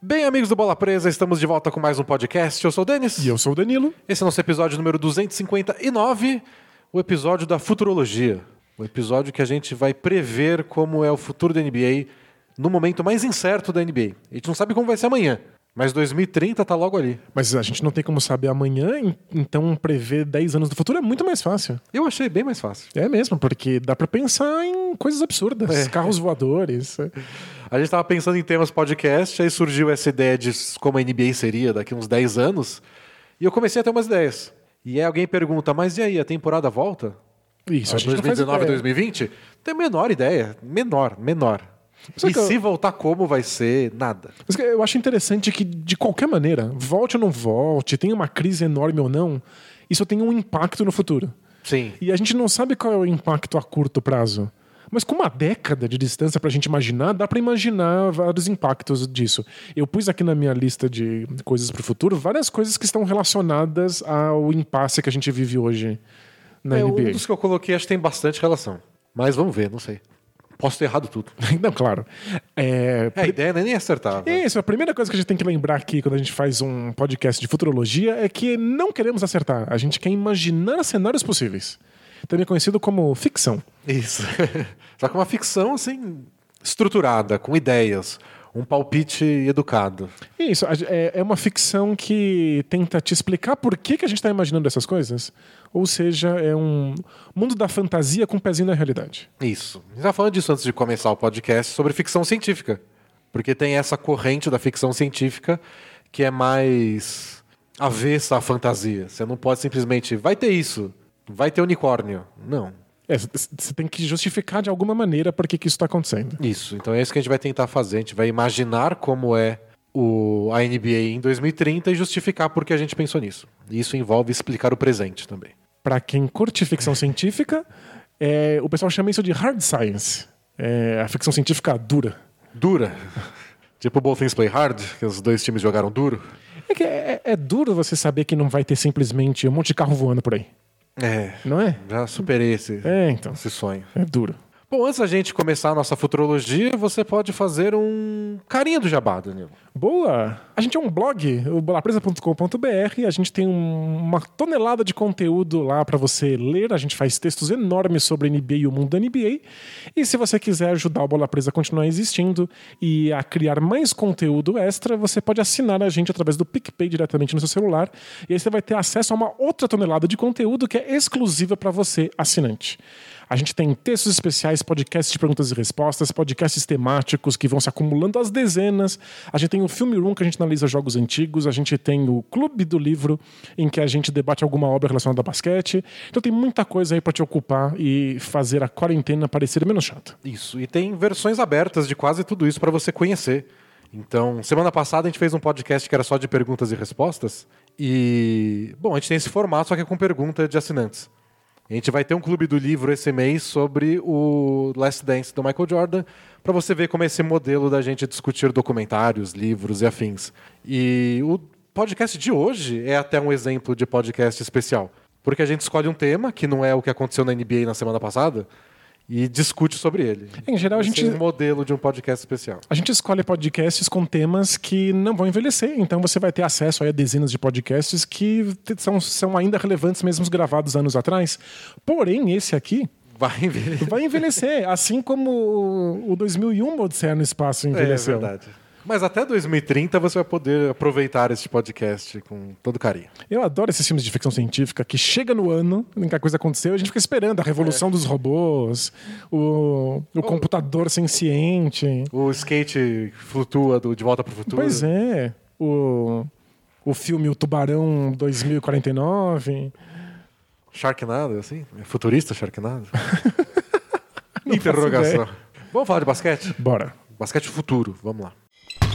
Bem, amigos do Bola Presa, estamos de volta com mais um podcast. Eu sou o Denis. E eu sou o Danilo. Esse é o nosso episódio número 259, o episódio da futurologia. O episódio que a gente vai prever como é o futuro da NBA no momento mais incerto da NBA. A gente não sabe como vai ser amanhã, mas 2030 tá logo ali. Mas a gente não tem como saber amanhã, então prever 10 anos do futuro é muito mais fácil. Eu achei bem mais fácil. É mesmo, porque dá pra pensar em coisas absurdas. Carros voadores. A gente tava pensando em temas podcast, aí surgiu essa ideia de como a NBA seria daqui uns 10 anos, e eu comecei a ter umas ideias. E aí alguém pergunta, mas e aí, a temporada volta? Isso, a gente 2019 a 2020? Tem a menor ideia. Menor. E se voltar como vai ser? Nada. Mas eu acho interessante que, de qualquer maneira, volte ou não volte, tenha uma crise enorme ou não, isso tem um impacto no futuro. Sim. E a gente não sabe qual é o impacto a curto prazo. Mas com uma década de distância pra gente imaginar, dá pra imaginar vários impactos disso. Eu pus aqui na minha lista de coisas pro futuro várias coisas que estão relacionadas ao impasse que a gente vive hoje na NBA. Um dos que eu coloquei acho que tem bastante relação. Mas vamos ver, não sei. Posso ter errado tudo. Não, claro. A ideia não é nem acertar. Isso, a primeira coisa que a gente tem que lembrar aqui quando a gente faz um podcast de futurologia é que não queremos acertar. A gente quer imaginar cenários possíveis. Também conhecido como ficção. Isso. Só que uma ficção, assim, estruturada, com ideias. Um palpite educado. Isso, é uma ficção que tenta te explicar por que a gente está imaginando essas coisas. Ou seja, é um mundo da fantasia com um pezinho na realidade. Isso. A gente estava falando disso antes de começar o podcast, sobre ficção científica. Porque tem essa corrente da ficção científica que é mais avessa à fantasia. Você não pode simplesmente, vai ter isso, vai ter unicórnio. Não. Você tem que justificar de alguma maneira por que isso está acontecendo. Isso, então é isso que a gente vai tentar fazer. A gente vai imaginar como é a NBA em 2030 e justificar por que a gente pensou nisso. E isso envolve explicar o presente também. Para quem curte ficção científica, o pessoal chama isso de hard science. A ficção científica dura. Dura? Tipo Both Things Play Hard, que os dois times jogaram duro? É duro você saber que não vai ter simplesmente um monte de carro voando por aí. Não é? Já superei esse sonho. É duro. Bom, antes da gente começar a nossa futurologia, você pode fazer um carinha do jabá, Danilo. Boa! A gente é um blog, o bolapresa.com.br, a gente tem uma tonelada de conteúdo lá para você ler, a gente faz textos enormes sobre a NBA e o mundo da NBA, e se você quiser ajudar o Bola Presa a continuar existindo e a criar mais conteúdo extra, você pode assinar a gente através do PicPay diretamente no seu celular, e aí você vai ter acesso a uma outra tonelada de conteúdo que é exclusiva para você, assinante. A gente tem textos especiais, podcasts de perguntas e respostas, podcasts temáticos que vão se acumulando às dezenas. A gente tem o Film Room, que a gente analisa jogos antigos. A gente tem o Clube do Livro, em que a gente debate alguma obra relacionada a basquete. Então tem muita coisa aí para te ocupar e fazer a quarentena parecer menos chata. Isso, e tem versões abertas de quase tudo isso para você conhecer. Então, semana passada a gente fez um podcast que era só de perguntas e respostas. E, bom, a gente tem esse formato, só que é com pergunta de assinantes. A gente vai ter um clube do livro esse mês sobre o Last Dance do Michael Jordan, para você ver como é esse modelo da gente discutir documentários, livros e afins. E o podcast de hoje é até um exemplo de podcast especial, porque a gente escolhe um tema, que não é o que aconteceu na NBA na semana passada, e discute sobre ele. Em geral, a gente um modelo de um podcast especial. A gente escolhe podcasts com temas que não vão envelhecer, então você vai ter acesso aí a dezenas de podcasts que são ainda relevantes, mesmo gravados anos atrás. Porém, esse aqui vai envelhecer, assim como o 2001 Odisseia no Espaço envelheceu. É verdade. Mas até 2030 você vai poder aproveitar esse podcast com todo carinho. Eu adoro esses filmes de ficção científica que chega no ano em que a coisa aconteceu, a gente fica esperando a revolução dos robôs, o computador senciente. O skate flutua De Volta para o Futuro. Pois é. O filme O Tubarão 2049. Sharknado, assim? Futurista Sharknado? Interrogação. Vamos falar de basquete? Bora. Basquete futuro, vamos lá.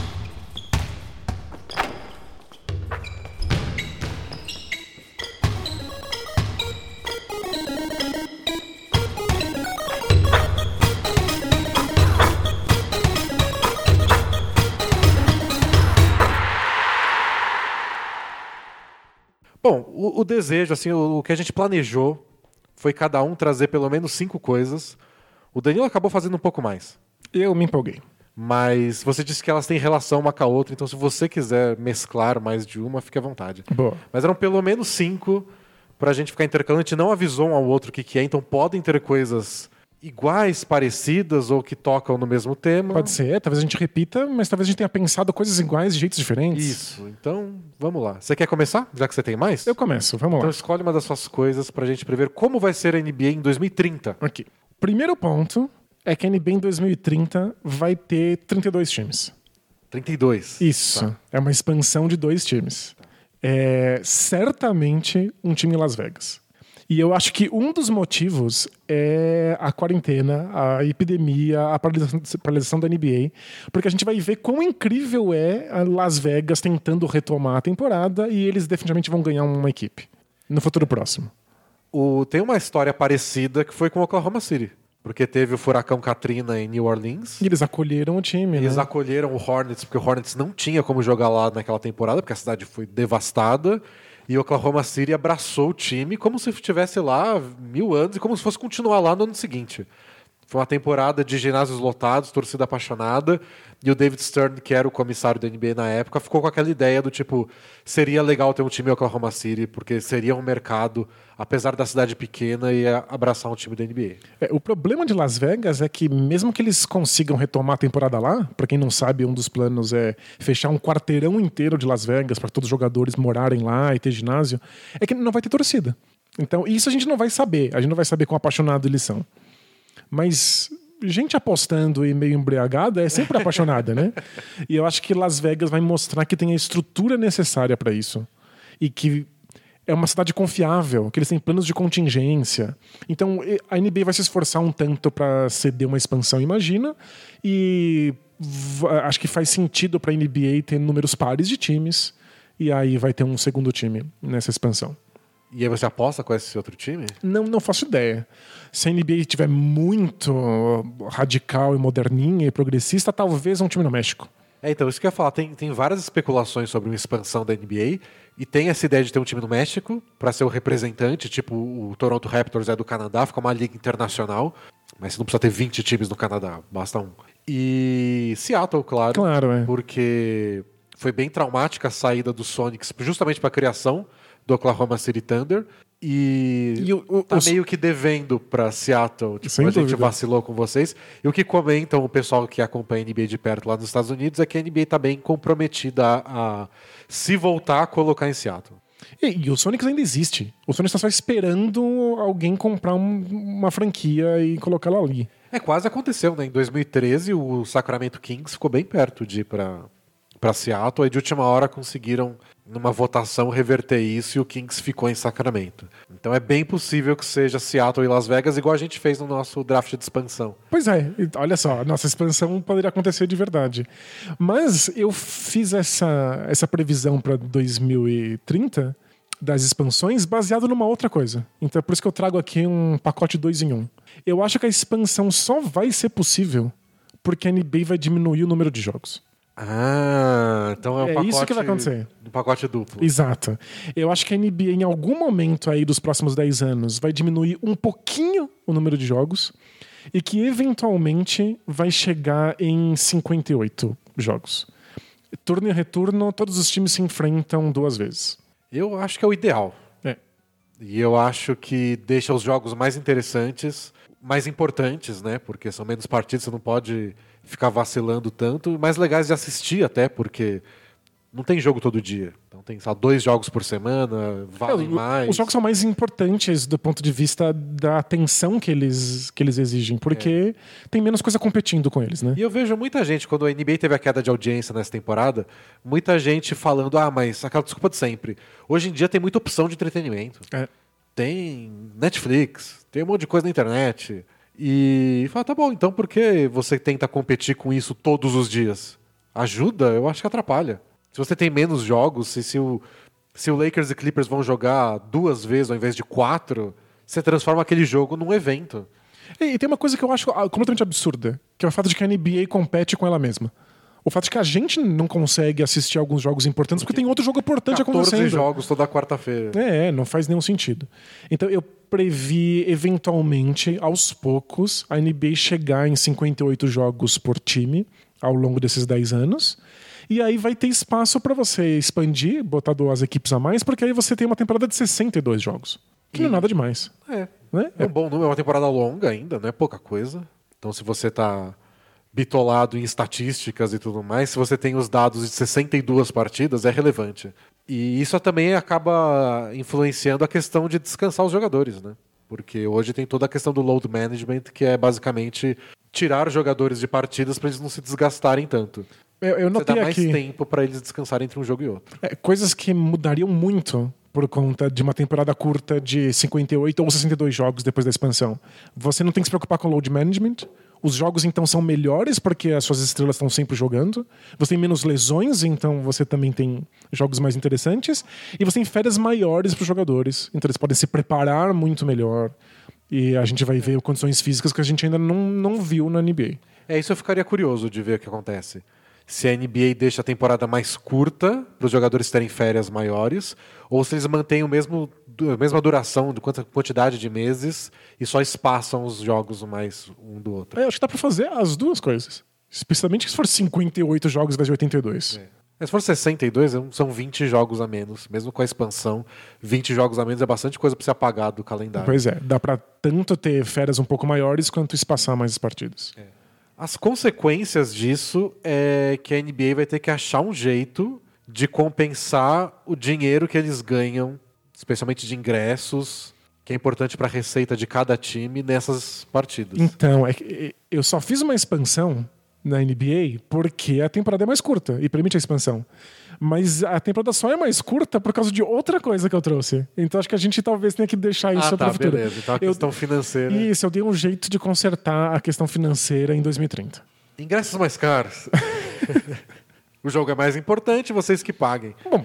Bom, o desejo, assim, o que a gente planejou foi cada um trazer pelo menos 5 coisas. O Danilo acabou fazendo um pouco mais. Eu me empolguei. Mas você disse que elas têm relação uma com a outra, então se você quiser mesclar mais de uma, fique à vontade. Boa. Mas eram pelo menos 5 pra gente ficar intercalando. A gente não avisou um ao outro o que é, então podem ter coisas iguais, parecidas ou que tocam no mesmo tema. Pode ser, talvez a gente repita, mas talvez a gente tenha pensado coisas iguais de jeitos diferentes. Isso, então vamos lá. Você quer começar, já que você tem mais? Eu começo, vamos lá. Então escolhe uma das suas coisas pra gente prever como vai ser a NBA em 2030. Aqui. Primeiro ponto é que a NBA em 2030 vai ter 32 times. 32. Isso, Tá. é uma expansão de 2 times. É certamente um time em Las Vegas. E eu acho que um dos motivos é a quarentena, a epidemia, a paralisação da NBA, porque a gente vai ver quão incrível é a Las Vegas tentando retomar a temporada e eles definitivamente vão ganhar uma equipe no futuro próximo. Tem uma história parecida que foi com o Oklahoma City. Porque teve o furacão Katrina em New Orleans. E eles acolheram o time, Eles né? acolheram o Hornets, porque o Hornets não tinha como jogar lá naquela temporada, porque a cidade foi devastada. E o Oklahoma City abraçou o time como se estivesse lá 1000 anos e como se fosse continuar lá no ano seguinte. Foi uma temporada de ginásios lotados, torcida apaixonada. E o David Stern, que era o comissário da NBA na época, ficou com aquela ideia do tipo, seria legal ter um time em Oklahoma City, porque seria um mercado, apesar da cidade pequena, e abraçar um time da NBA. O problema de Las Vegas é que mesmo que eles consigam retomar a temporada lá, pra quem não sabe, um dos planos é fechar um quarteirão inteiro de Las Vegas para todos os jogadores morarem lá e ter ginásio, é que não vai ter torcida. Então, isso a gente não vai saber. A gente não vai saber quão apaixonado eles são. Mas gente apostando e meio embriagada é sempre apaixonada, né? E eu acho que Las Vegas vai mostrar que tem a estrutura necessária para isso. E que é uma cidade confiável, que eles têm planos de contingência. Então a NBA vai se esforçar um tanto para ceder uma expansão, imagina. E acho que faz sentido para a NBA ter números pares de times. E aí vai ter um segundo time nessa expansão. E aí você aposta com esse outro time? Não faço ideia. Se a NBA estiver muito radical e moderninha e progressista, talvez um time no México. Então, isso que eu ia falar. Tem várias especulações sobre uma expansão da NBA e tem essa ideia de ter um time no México para ser o representante, tipo o Toronto Raptors é do Canadá, fica uma liga internacional, mas você não precisa ter 20 times no Canadá, basta um. E Seattle, claro. Claro, é. Porque foi bem traumática a saída do Sonics justamente para a criação do Oklahoma City Thunder e tá meio que devendo para Seattle. Tipo, sem a gente dúvida. vacilou com vocês. E o que comentam o pessoal que acompanha a NBA de perto lá nos Estados Unidos é que a NBA tá bem comprometida a se voltar a colocar em Seattle. E o Sonics ainda existe. O Sonics está só esperando alguém comprar uma franquia e colocá-la ali. Quase aconteceu, né? Em 2013 o Sacramento Kings ficou bem perto de ir para Seattle, e de última hora conseguiram, numa votação, reverter isso e o Kings ficou em Sacramento. Então é bem possível que seja Seattle e Las Vegas, igual a gente fez no nosso draft de expansão. Pois é, olha só, nossa expansão poderia acontecer de verdade. Mas eu fiz essa previsão para 2030 das expansões baseado numa outra coisa. Então é por isso que eu trago aqui um pacote 2 em 1. Eu acho que a expansão só vai ser possível porque a NBA vai diminuir o número de jogos. Então é um pacote... isso que vai acontecer. Um pacote duplo. Exato. Eu acho que a NBA, em algum momento aí dos próximos 10 anos, vai diminuir um pouquinho o número de jogos e que, eventualmente, vai chegar em 58 jogos. Turno e retorno, todos os times se enfrentam 2 vezes. Eu acho que é o ideal. E eu acho que deixa os jogos mais interessantes, mais importantes, né? Porque são menos partidos, você não pode ficar vacilando tanto, mais legais de assistir até, porque não tem jogo todo dia. Então tem só 2 jogos por semana, valem mais. Os jogos são mais importantes do ponto de vista da atenção que eles exigem, porque tem menos coisa competindo com eles, né? E eu vejo muita gente, quando a NBA teve a queda de audiência nessa temporada, muita gente falando, mas aquela desculpa de sempre. Hoje em dia tem muita opção de entretenimento. Tem Netflix, tem um monte de coisa na internet. E fala, tá bom, então por que você tenta competir com isso todos os dias? Ajuda? Eu acho que atrapalha. Se você tem menos jogos, se o Lakers e Clippers vão jogar 2 vezes ao invés de 4, você transforma aquele jogo num evento. E tem uma coisa que eu acho completamente absurda, que é o fato de que a NBA compete com ela mesma. O fato de que a gente não consegue assistir alguns jogos importantes porque tem outro jogo importante 14 acontecendo. jogos toda quarta-feira. Não faz nenhum sentido. Então eu previ, eventualmente, aos poucos, a NBA chegar em 58 jogos por time ao longo desses 10 anos. E aí vai ter espaço para você expandir, botar 2 equipes a mais, porque aí você tem uma temporada de 62 jogos. Que não é nada demais. Né? É um bom número, é uma temporada longa ainda, não é pouca coisa. Então, se você tá bitolado em estatísticas e tudo mais, se você tem os dados de 62 partidas, é relevante. E isso também acaba influenciando a questão de descansar os jogadores, né? Porque hoje tem toda a questão do load management, que é basicamente tirar os jogadores de partidas para eles não se desgastarem tanto. Eu notei Você dá mais aqui tempo para eles descansarem entre um jogo e outro. coisas que mudariam muito por conta de uma temporada curta de 58 ou 62 jogos depois da expansão. Você não tem que se preocupar com load management. Os jogos, então, são melhores porque as suas estrelas estão sempre jogando. Você tem menos lesões, então você também tem jogos mais interessantes. E você tem férias maiores para os jogadores. Então eles podem se preparar muito melhor. E a gente vai ver condições físicas que a gente ainda não viu na NBA. Isso eu ficaria curioso de ver o que acontece. Se a NBA deixa a temporada mais curta para os jogadores terem férias maiores, ou se eles mantêm a mesma duração, de quantidade de meses, e só espaçam os jogos mais um do outro. Acho que dá para fazer as duas coisas. Especialmente se for 58 jogos ao invés de 82. Se for 62, são 20 jogos a menos. Mesmo com a expansão, 20 jogos a menos é bastante coisa para se apagar do calendário. Pois é, dá para tanto ter férias um pouco maiores quanto espaçar mais as partidas. As consequências disso é que a NBA vai ter que achar um jeito de compensar o dinheiro que eles ganham, especialmente de ingressos, que é importante para a receita de cada time nessas partidas. Então, eu só fiz uma expansão na NBA porque a temporada é mais curta e permite a expansão. Mas a temporada só é mais curta por causa de outra coisa que eu trouxe. Então acho que a gente talvez tenha que deixar isso para o futuro. Beleza. Então a questão financeira. Isso, eu dei um jeito de consertar a questão financeira em 2030. Ingressos mais caros. O jogo é mais importante, vocês que paguem. Bom,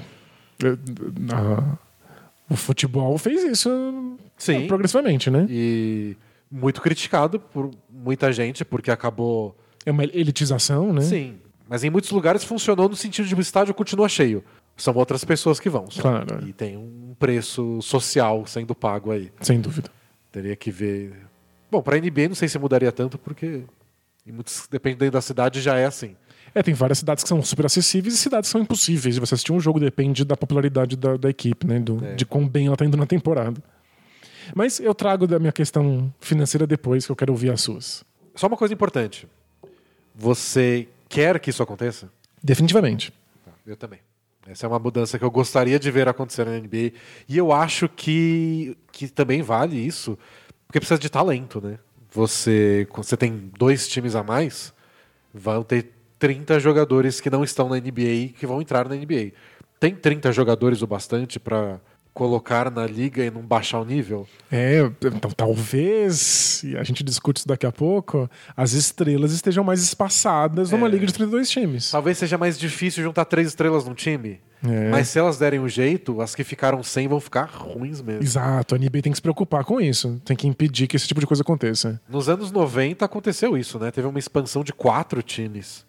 o futebol fez isso progressivamente, né? E muito criticado por muita gente, porque acabou... É uma elitização, né? Sim. Mas em muitos lugares funcionou no sentido de o estádio continua cheio. São outras pessoas que vão. Claro. E tem um preço social sendo pago aí. Sem dúvida. Teria que ver... Bom, para a NBA não sei se mudaria tanto, porque dependendo da cidade já é assim. Tem várias cidades que são super acessíveis e cidades que são impossíveis de você assistir um jogo, depende da popularidade da equipe, né? De quão bem ela está indo na temporada. Mas eu trago da minha questão financeira depois, que eu quero ouvir as suas. Só uma coisa importante. Você quer que isso aconteça? Definitivamente. Eu também. Essa é uma mudança que eu gostaria de ver acontecer na NBA. E eu acho que também vale isso, porque precisa de talento, né? Quando você tem 2 times a mais, vão ter 30 jogadores que não estão na NBA que vão entrar na NBA. Tem 30 jogadores o bastante para colocar na liga e não baixar o nível? Então talvez, e a gente discute isso daqui a pouco, as estrelas estejam mais espaçadas numa liga de 32 times. Talvez seja mais difícil juntar 3 estrelas num time, mas se elas derem um jeito, as que ficaram sem vão ficar ruins mesmo. Exato, a NBA tem que se preocupar com isso, tem que impedir que esse tipo de coisa aconteça. Nos anos 90 aconteceu isso, né? Teve uma expansão de 4 times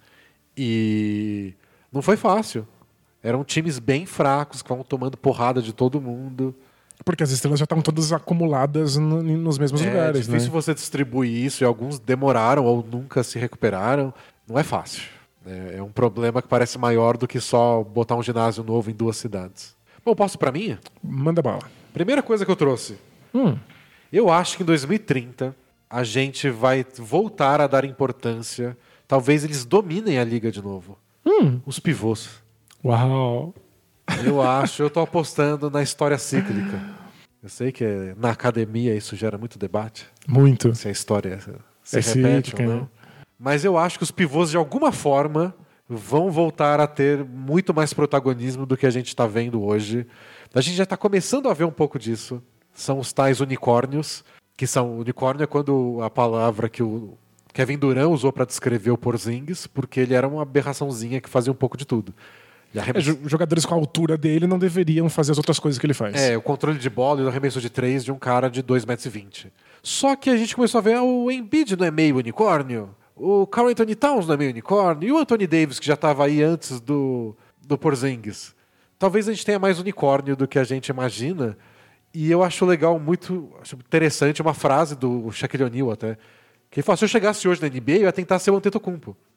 e não foi fácil. Eram times bem fracos, que estavam tomando porrada de todo mundo. Porque as estrelas já estavam todas acumuladas nos mesmos lugares. É difícil você distribuir isso e alguns demoraram ou nunca se recuperaram. Não é fácil. É um problema que parece maior do que só botar um ginásio novo em 2 cidades. Bom, posso ir pra minha? Manda bala. Primeira coisa que eu trouxe. Eu acho que em 2030 a gente vai voltar a dar importância. Talvez eles dominem a liga de novo. Os pivôs. Uau! Eu tô apostando na história cíclica. Eu sei que na academia isso gera muito debate. Muito. Se a história se repete cíclica, ou não. Mas eu acho que os pivôs, de alguma forma, vão voltar a ter muito mais protagonismo do que a gente está vendo hoje. A gente já está começando a ver um pouco disso. São os tais unicórnios, que são... Unicórnio é quando a palavra que o Kevin Durant usou para descrever o Porzingis, porque ele era uma aberraçãozinha que fazia um pouco de tudo. Jogadores com a altura dele não deveriam fazer as outras coisas que ele faz. O controle de bola e o arremesso de 3 de um cara de 2,20 m. Só que a gente começou a ver o Embiid não é meio unicórnio, o Karl Anthony Towns não é meio unicórnio, e o Anthony Davis, que já estava aí antes do Porzingis. Talvez a gente tenha mais unicórnio do que a gente imagina, e eu acho legal, acho interessante uma frase do Shaquille O'Neal até, que ele fala, se eu chegasse hoje na NBA, eu ia tentar ser o Antetokounmpo.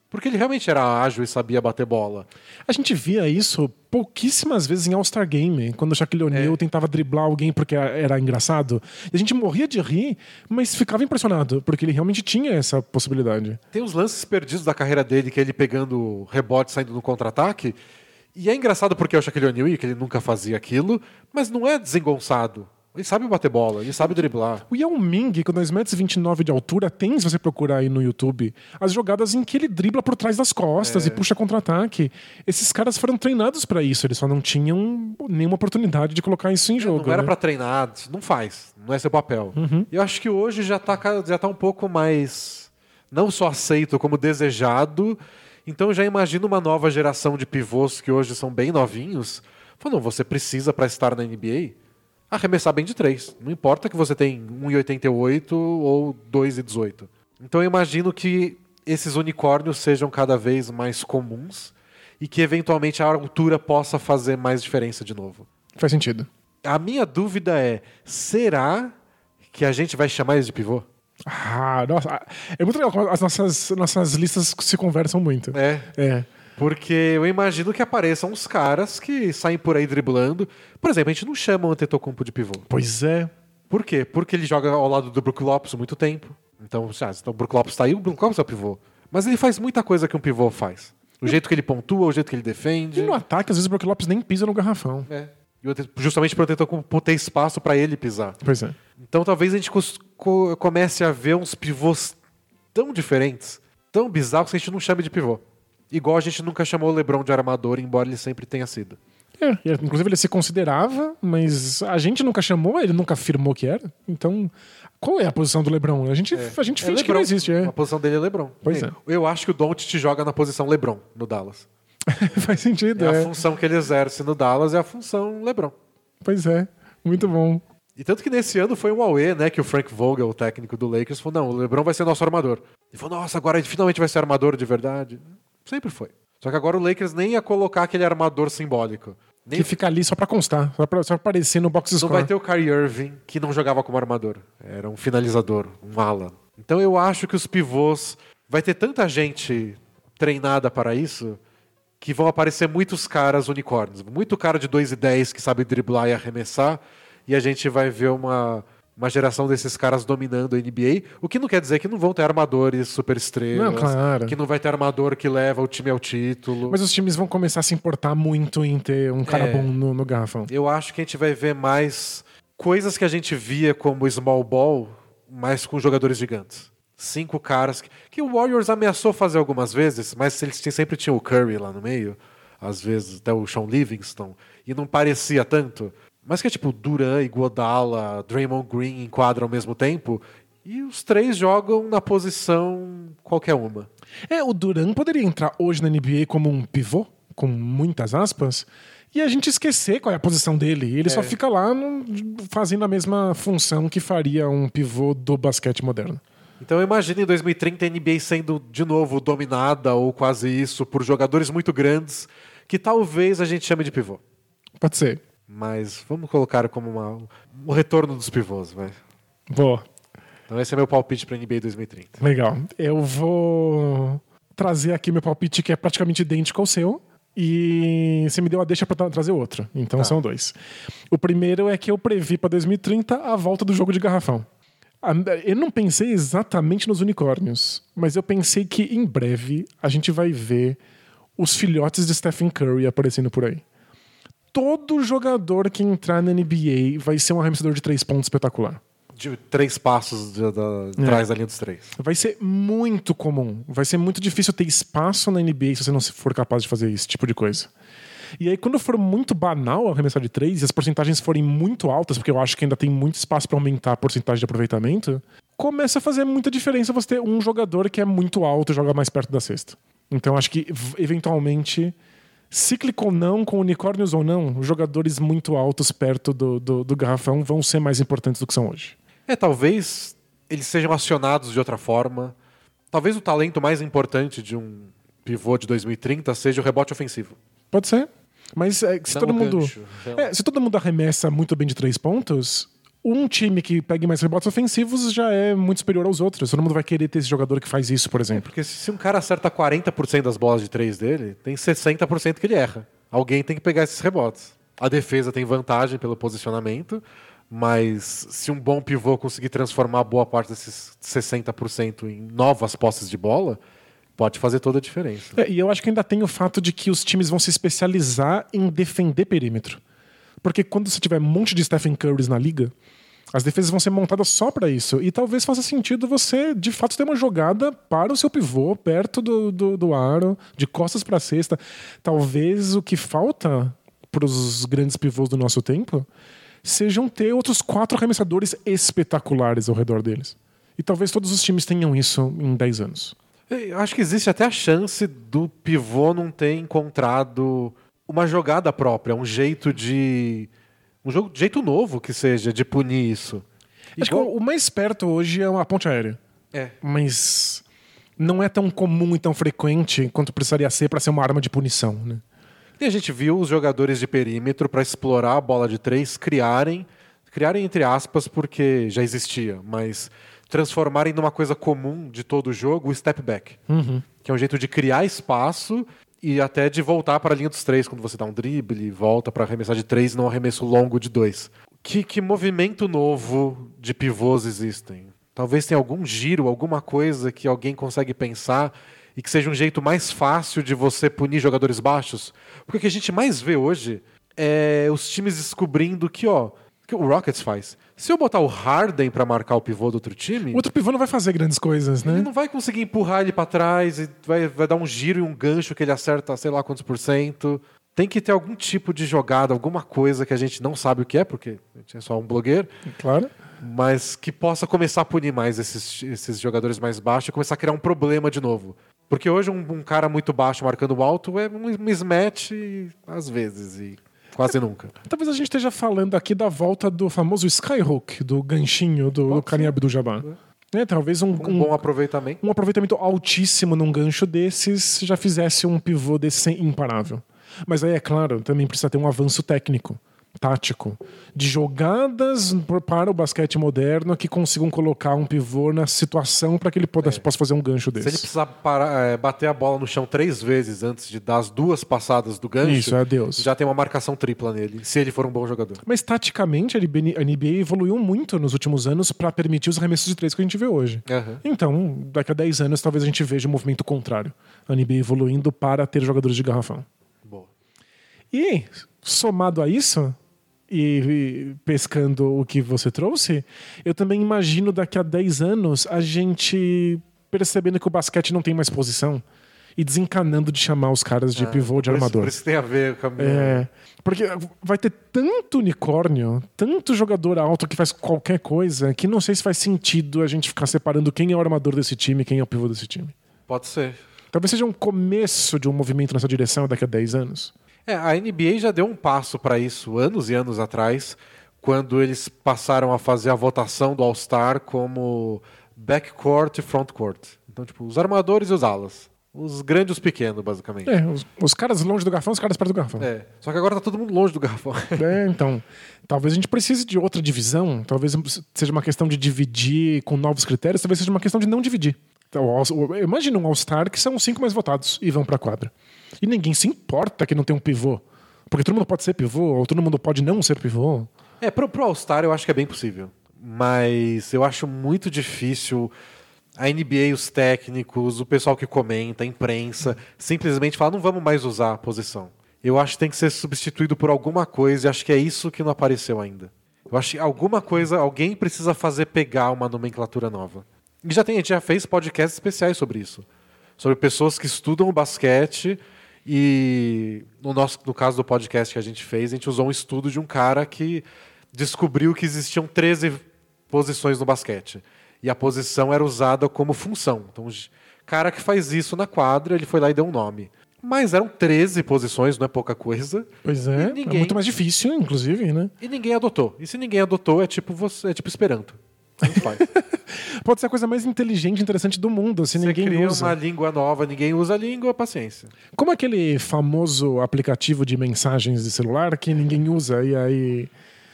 Porque ele realmente era ágil e sabia bater bola. A gente via isso pouquíssimas vezes em All-Star Game, quando o Shaquille O'Neal tentava driblar alguém porque era engraçado. E a gente morria de rir, mas ficava impressionado, porque ele realmente tinha essa possibilidade. Tem uns lances perdidos da carreira dele, que é ele pegando rebote, saindo no contra-ataque. E é engraçado porque é o Shaquille O'Neal, que ele nunca fazia aquilo, mas não é desengonçado. Ele sabe bater bola, ele sabe driblar. O Yao Ming, com 2,29 m de altura, tem, se você procurar aí no YouTube, as jogadas em que ele dribla por trás das costas e puxa contra-ataque. Esses caras foram treinados pra isso, eles só não tinham nenhuma oportunidade de colocar isso em jogo. Não era né? pra treinar, não faz, não é seu papel. Eu acho que hoje já tá um pouco mais, não só aceito, como desejado. Então eu já imagino uma nova geração de pivôs que hoje são bem novinhos. Falando, você precisa pra estar na NBA arremessar bem de 3. Não importa que você tem 1,88 ou 2,18. Então eu imagino que esses unicórnios sejam cada vez mais comuns e que eventualmente a altura possa fazer mais diferença de novo. Faz sentido. A minha dúvida é, será que a gente vai chamar eles de pivô? Ah, nossa. É muito legal como as nossas listas se conversam muito. É. Porque eu imagino que apareçam uns caras que saem por aí driblando. Por exemplo, a gente não chama o Antetokounmpo de pivô. Pois é. Por quê? Porque ele joga ao lado do Brook Lopes há muito tempo. Então o Brook Lopes tá aí, o Brook Lopes é o pivô. Mas ele faz muita coisa que um pivô faz. O jeito que ele pontua, o jeito que ele defende. E no ataque, às vezes o Brook Lopes nem pisa no garrafão. Justamente para o Antetokounmpo ter espaço para ele pisar. Pois é. Então talvez a gente comece a ver uns pivôs tão diferentes, tão bizarros, que a gente não chame de pivô. Igual a gente nunca chamou o LeBron de armador, embora ele sempre tenha sido. Inclusive ele se considerava, mas a gente nunca chamou, ele nunca afirmou que era. Então, qual é a posição do LeBron? A gente finge que não existe. A posição dele é LeBron. Pois é. Eu acho que o Doncic joga na posição LeBron, no Dallas. Faz sentido, A função que ele exerce no Dallas é a função LeBron. Pois é, muito bom. E tanto que nesse ano foi um auê, né, que o Frank Vogel, o técnico do Lakers, falou, não, o LeBron vai ser nosso armador. Ele falou, nossa, agora ele finalmente vai ser armador de verdade. Sempre foi. Só que agora o Lakers nem ia colocar aquele armador simbólico. Que fica ali só pra constar, só pra aparecer no box score. Não vai ter o Kyrie Irving, que não jogava como armador. Era um finalizador, um ala. Então eu acho que os pivôs... Vai ter tanta gente treinada para isso que vão aparecer muitos caras unicórnios. Muito cara de 2,10 que sabe driblar e arremessar. E a gente vai ver uma geração desses caras dominando a NBA, o que não quer dizer que não vão ter armadores superestrelas, não, claro. que não vai ter armador que leva o time ao título. Mas os times vão começar a se importar muito em ter um cara bom no garrafão. Eu acho que a gente vai ver mais coisas que a gente via como small ball, mas com jogadores gigantes. 5 caras que o Warriors ameaçou fazer algumas vezes, mas eles sempre tinham o Curry lá no meio, às vezes até o Sean Livingston, e não parecia tanto. Mas que é tipo Durant, Iguodala, Draymond Green em quadra ao mesmo tempo. E os 3 jogam na posição qualquer uma. O Durant poderia entrar hoje na NBA como um pivô, com muitas aspas, e a gente esquecer qual é a posição dele. Ele só fica lá fazendo a mesma função que faria um pivô do basquete moderno. Então eu imagino em 2030 a NBA sendo de novo dominada, ou quase isso, por jogadores muito grandes, que talvez a gente chame de pivô. Pode ser. Mas vamos colocar como um retorno dos pivôs, vai. Boa. Então esse é meu palpite para a NBA 2030. Legal. Eu vou trazer aqui meu palpite que é praticamente idêntico ao seu. E você me deu a deixa para trazer outro. Então são 2. O primeiro é que eu previ para 2030 a volta do jogo de garrafão. Eu não pensei exatamente nos unicórnios, mas eu pensei que em breve a gente vai ver os filhotes de Stephen Curry aparecendo por aí. Todo jogador que entrar na NBA vai ser um arremessador de 3 pontos espetacular. De 3 passos atrás da linha dos 3. Vai ser muito comum. Vai ser muito difícil ter espaço na NBA se você não for capaz de fazer esse tipo de coisa. E aí, quando for muito banal arremessar de 3 e as porcentagens forem muito altas, porque eu acho que ainda tem muito espaço para aumentar a porcentagem de aproveitamento, começa a fazer muita diferença você ter um jogador que é muito alto e joga mais perto da cesta. Então, acho que, eventualmente... Cíclico ou não, com unicórnios ou não, jogadores muito altos perto do garrafão vão ser mais importantes do que são hoje. Talvez eles sejam acionados de outra forma. Talvez o talento mais importante de um pivô de 2030 seja o rebote ofensivo. Pode ser. Mas se todo mundo arremessa muito bem de 3 pontos, um time que pegue mais rebotes ofensivos já é muito superior aos outros. Todo mundo vai querer ter esse jogador que faz isso, por exemplo. Porque se um cara acerta 40% das bolas de 3 dele, tem 60% que ele erra. Alguém tem que pegar esses rebotes. A defesa tem vantagem pelo posicionamento, mas se um bom pivô conseguir transformar boa parte desses 60% em novas posses de bola, pode fazer toda a diferença. E eu acho que ainda tem o fato de que os times vão se especializar em defender perímetro. Porque quando você tiver um monte de Stephen Currys na liga, as defesas vão ser montadas só para isso. E talvez faça sentido você, de fato, ter uma jogada para o seu pivô, perto do aro, de costas para a cesta. Talvez o que falta para os grandes pivôs do nosso tempo sejam ter outros 4 arremessadores espetaculares ao redor deles. E talvez todos os times tenham isso em 10 anos. Eu acho que existe até a chance do pivô não ter encontrado uma jogada própria, um jeito jeito novo que seja de punir isso. Acho que o mais perto hoje é a ponte aérea. Mas não é tão comum e tão frequente quanto precisaria ser para ser uma arma de punição, né? E a gente viu os jogadores de perímetro, para explorar a bola de 3, criarem entre aspas, porque já existia, mas transformarem numa coisa comum de todo o jogo o step back. Que é um jeito de criar espaço e até de voltar para a linha dos 3 quando você dá um drible e volta para arremessar de 3, não arremesso longo de 2. Que movimento novo de pivôs existem? Talvez tenha algum giro, alguma coisa que alguém consegue pensar e que seja um jeito mais fácil de você punir jogadores baixos. Porque o que a gente mais vê hoje é os times descobrindo que o Rockets faz. Se eu botar o Harden para marcar o pivô do outro time... O outro pivô não vai fazer grandes coisas, né? Ele não vai conseguir empurrar ele para trás e vai dar um giro e um gancho que ele acerta sei lá quantos %. Tem que ter algum tipo de jogada, alguma coisa que a gente não sabe o que é, porque a gente é só um blogueiro. Claro. Mas que possa começar a punir mais esses jogadores mais baixos e começar a criar um problema de novo. Porque hoje um cara muito baixo marcando alto é um mismatch às vezes e quase nunca. Talvez a gente esteja falando aqui da volta do famoso Skyhook, do ganchinho do Kareem Abdul-Jabbar. Talvez um bom aproveitamento. Um aproveitamento altíssimo num gancho desses já fizesse um pivô desse imparável. Mas aí, é claro, também precisa ter um avanço técnico, tático, de jogadas para o basquete moderno que consigam colocar um pivô na situação para que ele possa fazer um gancho desse. Se ele precisar bater a bola no chão 3 vezes antes de dar as 2 passadas do gancho, isso, adeus. Já tem uma marcação tripla nele, se ele for um bom jogador. Mas taticamente a NBA evoluiu muito nos últimos anos para permitir os arremessos de 3 que a gente vê hoje. Então, daqui a 10 anos talvez a gente veja um movimento contrário. A NBA evoluindo para ter jogadores de garrafão. Boa. E, somado a isso, e pescando o que você trouxe, eu também imagino daqui a 10 anos a gente percebendo que o basquete não tem mais posição e desencanando de chamar os caras de pivô de armador. Por isso tem a ver com a minha... Porque vai ter tanto unicórnio, tanto jogador alto que faz qualquer coisa, que não sei se faz sentido a gente ficar separando quem é o armador desse time e quem é o pivô desse time. Pode ser. Talvez seja um começo de um movimento nessa direção daqui a 10 anos. A NBA já deu um passo para isso anos e anos atrás, quando eles passaram a fazer a votação do All-Star como backcourt e frontcourt. Então, tipo, os armadores e os alas. Os grandes e os pequenos, basicamente. Os caras longe do garrafão, os caras perto do garrafão. Só que agora tá todo mundo longe do garrafão. Então, talvez a gente precise de outra divisão, talvez seja uma questão de dividir com novos critérios, talvez seja uma questão de não dividir. Então, imagina um All-Star que são os 5 mais votados e vão pra quadra. E ninguém se importa que não tem um pivô. Porque todo mundo pode ser pivô, ou todo mundo pode não ser pivô. Pro All-Star eu acho que é bem possível. Mas eu acho muito difícil a NBA, os técnicos, o pessoal que comenta, a imprensa, simplesmente falar, não vamos mais usar a posição. Eu acho que tem que ser substituído por alguma coisa, e acho que é isso que não apareceu ainda. Eu acho que alguma coisa, alguém precisa fazer pegar uma nomenclatura nova. E a gente já fez podcasts especiais sobre isso. Sobre pessoas que estudam o basquete e, no caso do podcast que a gente fez, a gente usou um estudo de um cara que descobriu que existiam 13 posições no basquete. E a posição era usada como função. Então, o cara que faz isso na quadra, ele foi lá e deu um nome. Mas eram 13 posições, não é pouca coisa. Pois é, é muito mais difícil, inclusive, né? E ninguém adotou. E se ninguém adotou, é tipo Esperanto. Não faz. Pode ser a coisa mais inteligente e interessante do mundo, se ninguém usa. Você cria uma língua nova, ninguém usa a língua, paciência. Como aquele famoso aplicativo de mensagens de celular que ninguém usa, e aí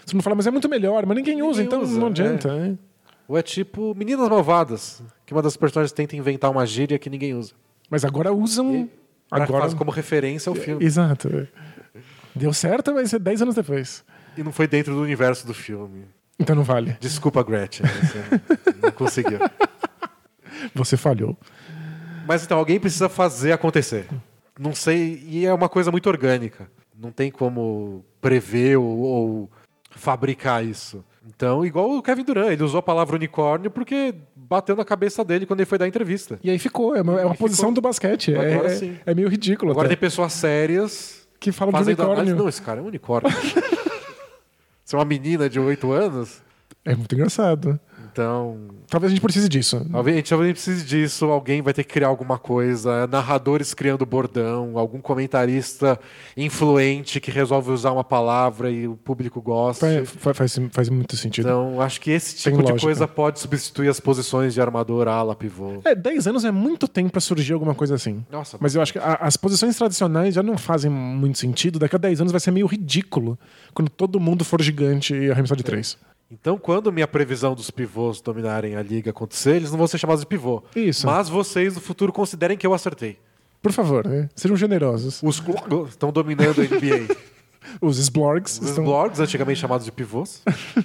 Você não fala, mas é muito melhor, mas ninguém usa, então não adianta. Né? Ou é tipo Meninas Malvadas, que uma das personagens tenta inventar uma gíria que ninguém usa. Mas agora usam... Agora faz como referência ao filme. Exato. Deu certo, vai ser 10 anos depois. E não foi dentro do universo do filme. Então não vale. Desculpa, Gretchen. Você não conseguiu. Você falhou. Mas então, alguém precisa fazer acontecer. Não sei, e é uma coisa muito orgânica. Não tem como prever ou fabricar isso. Então, igual o Kevin Durant, ele usou a palavra unicórnio porque bateu na cabeça dele quando ele foi dar a entrevista. E aí ficou, é uma posição do basquete. Agora sim. É meio ridículo. Agora até. tem pessoas sérias Que falam de fazendo unicórnio. análise. Não, esse cara é um unicórnio. Você é uma menina de 8 anos? É muito engraçado. Então... Talvez a gente precise disso. A gente talvez precise disso, alguém vai ter que criar alguma coisa, narradores criando bordão, algum comentarista influente que resolve usar uma palavra e o público gosta. Faz muito sentido. Então, acho que esse tipo de coisa pode substituir as posições de armador, ala, pivô. 10 anos é muito tempo pra surgir alguma coisa assim. Nossa, mas eu acho que as posições tradicionais já não fazem muito sentido. Daqui a 10 anos vai ser meio ridículo quando todo mundo for gigante e arremessar de 3. Então, quando minha previsão dos pivôs dominarem a liga acontecer, eles não vão ser chamados de pivô. Isso. Mas vocês, no futuro, considerem que eu acertei. Por favor, né? Sejam generosos. Os estão dominando a NBA. Os Sblorgs. Os Sblorgs, antigamente chamados de pivôs.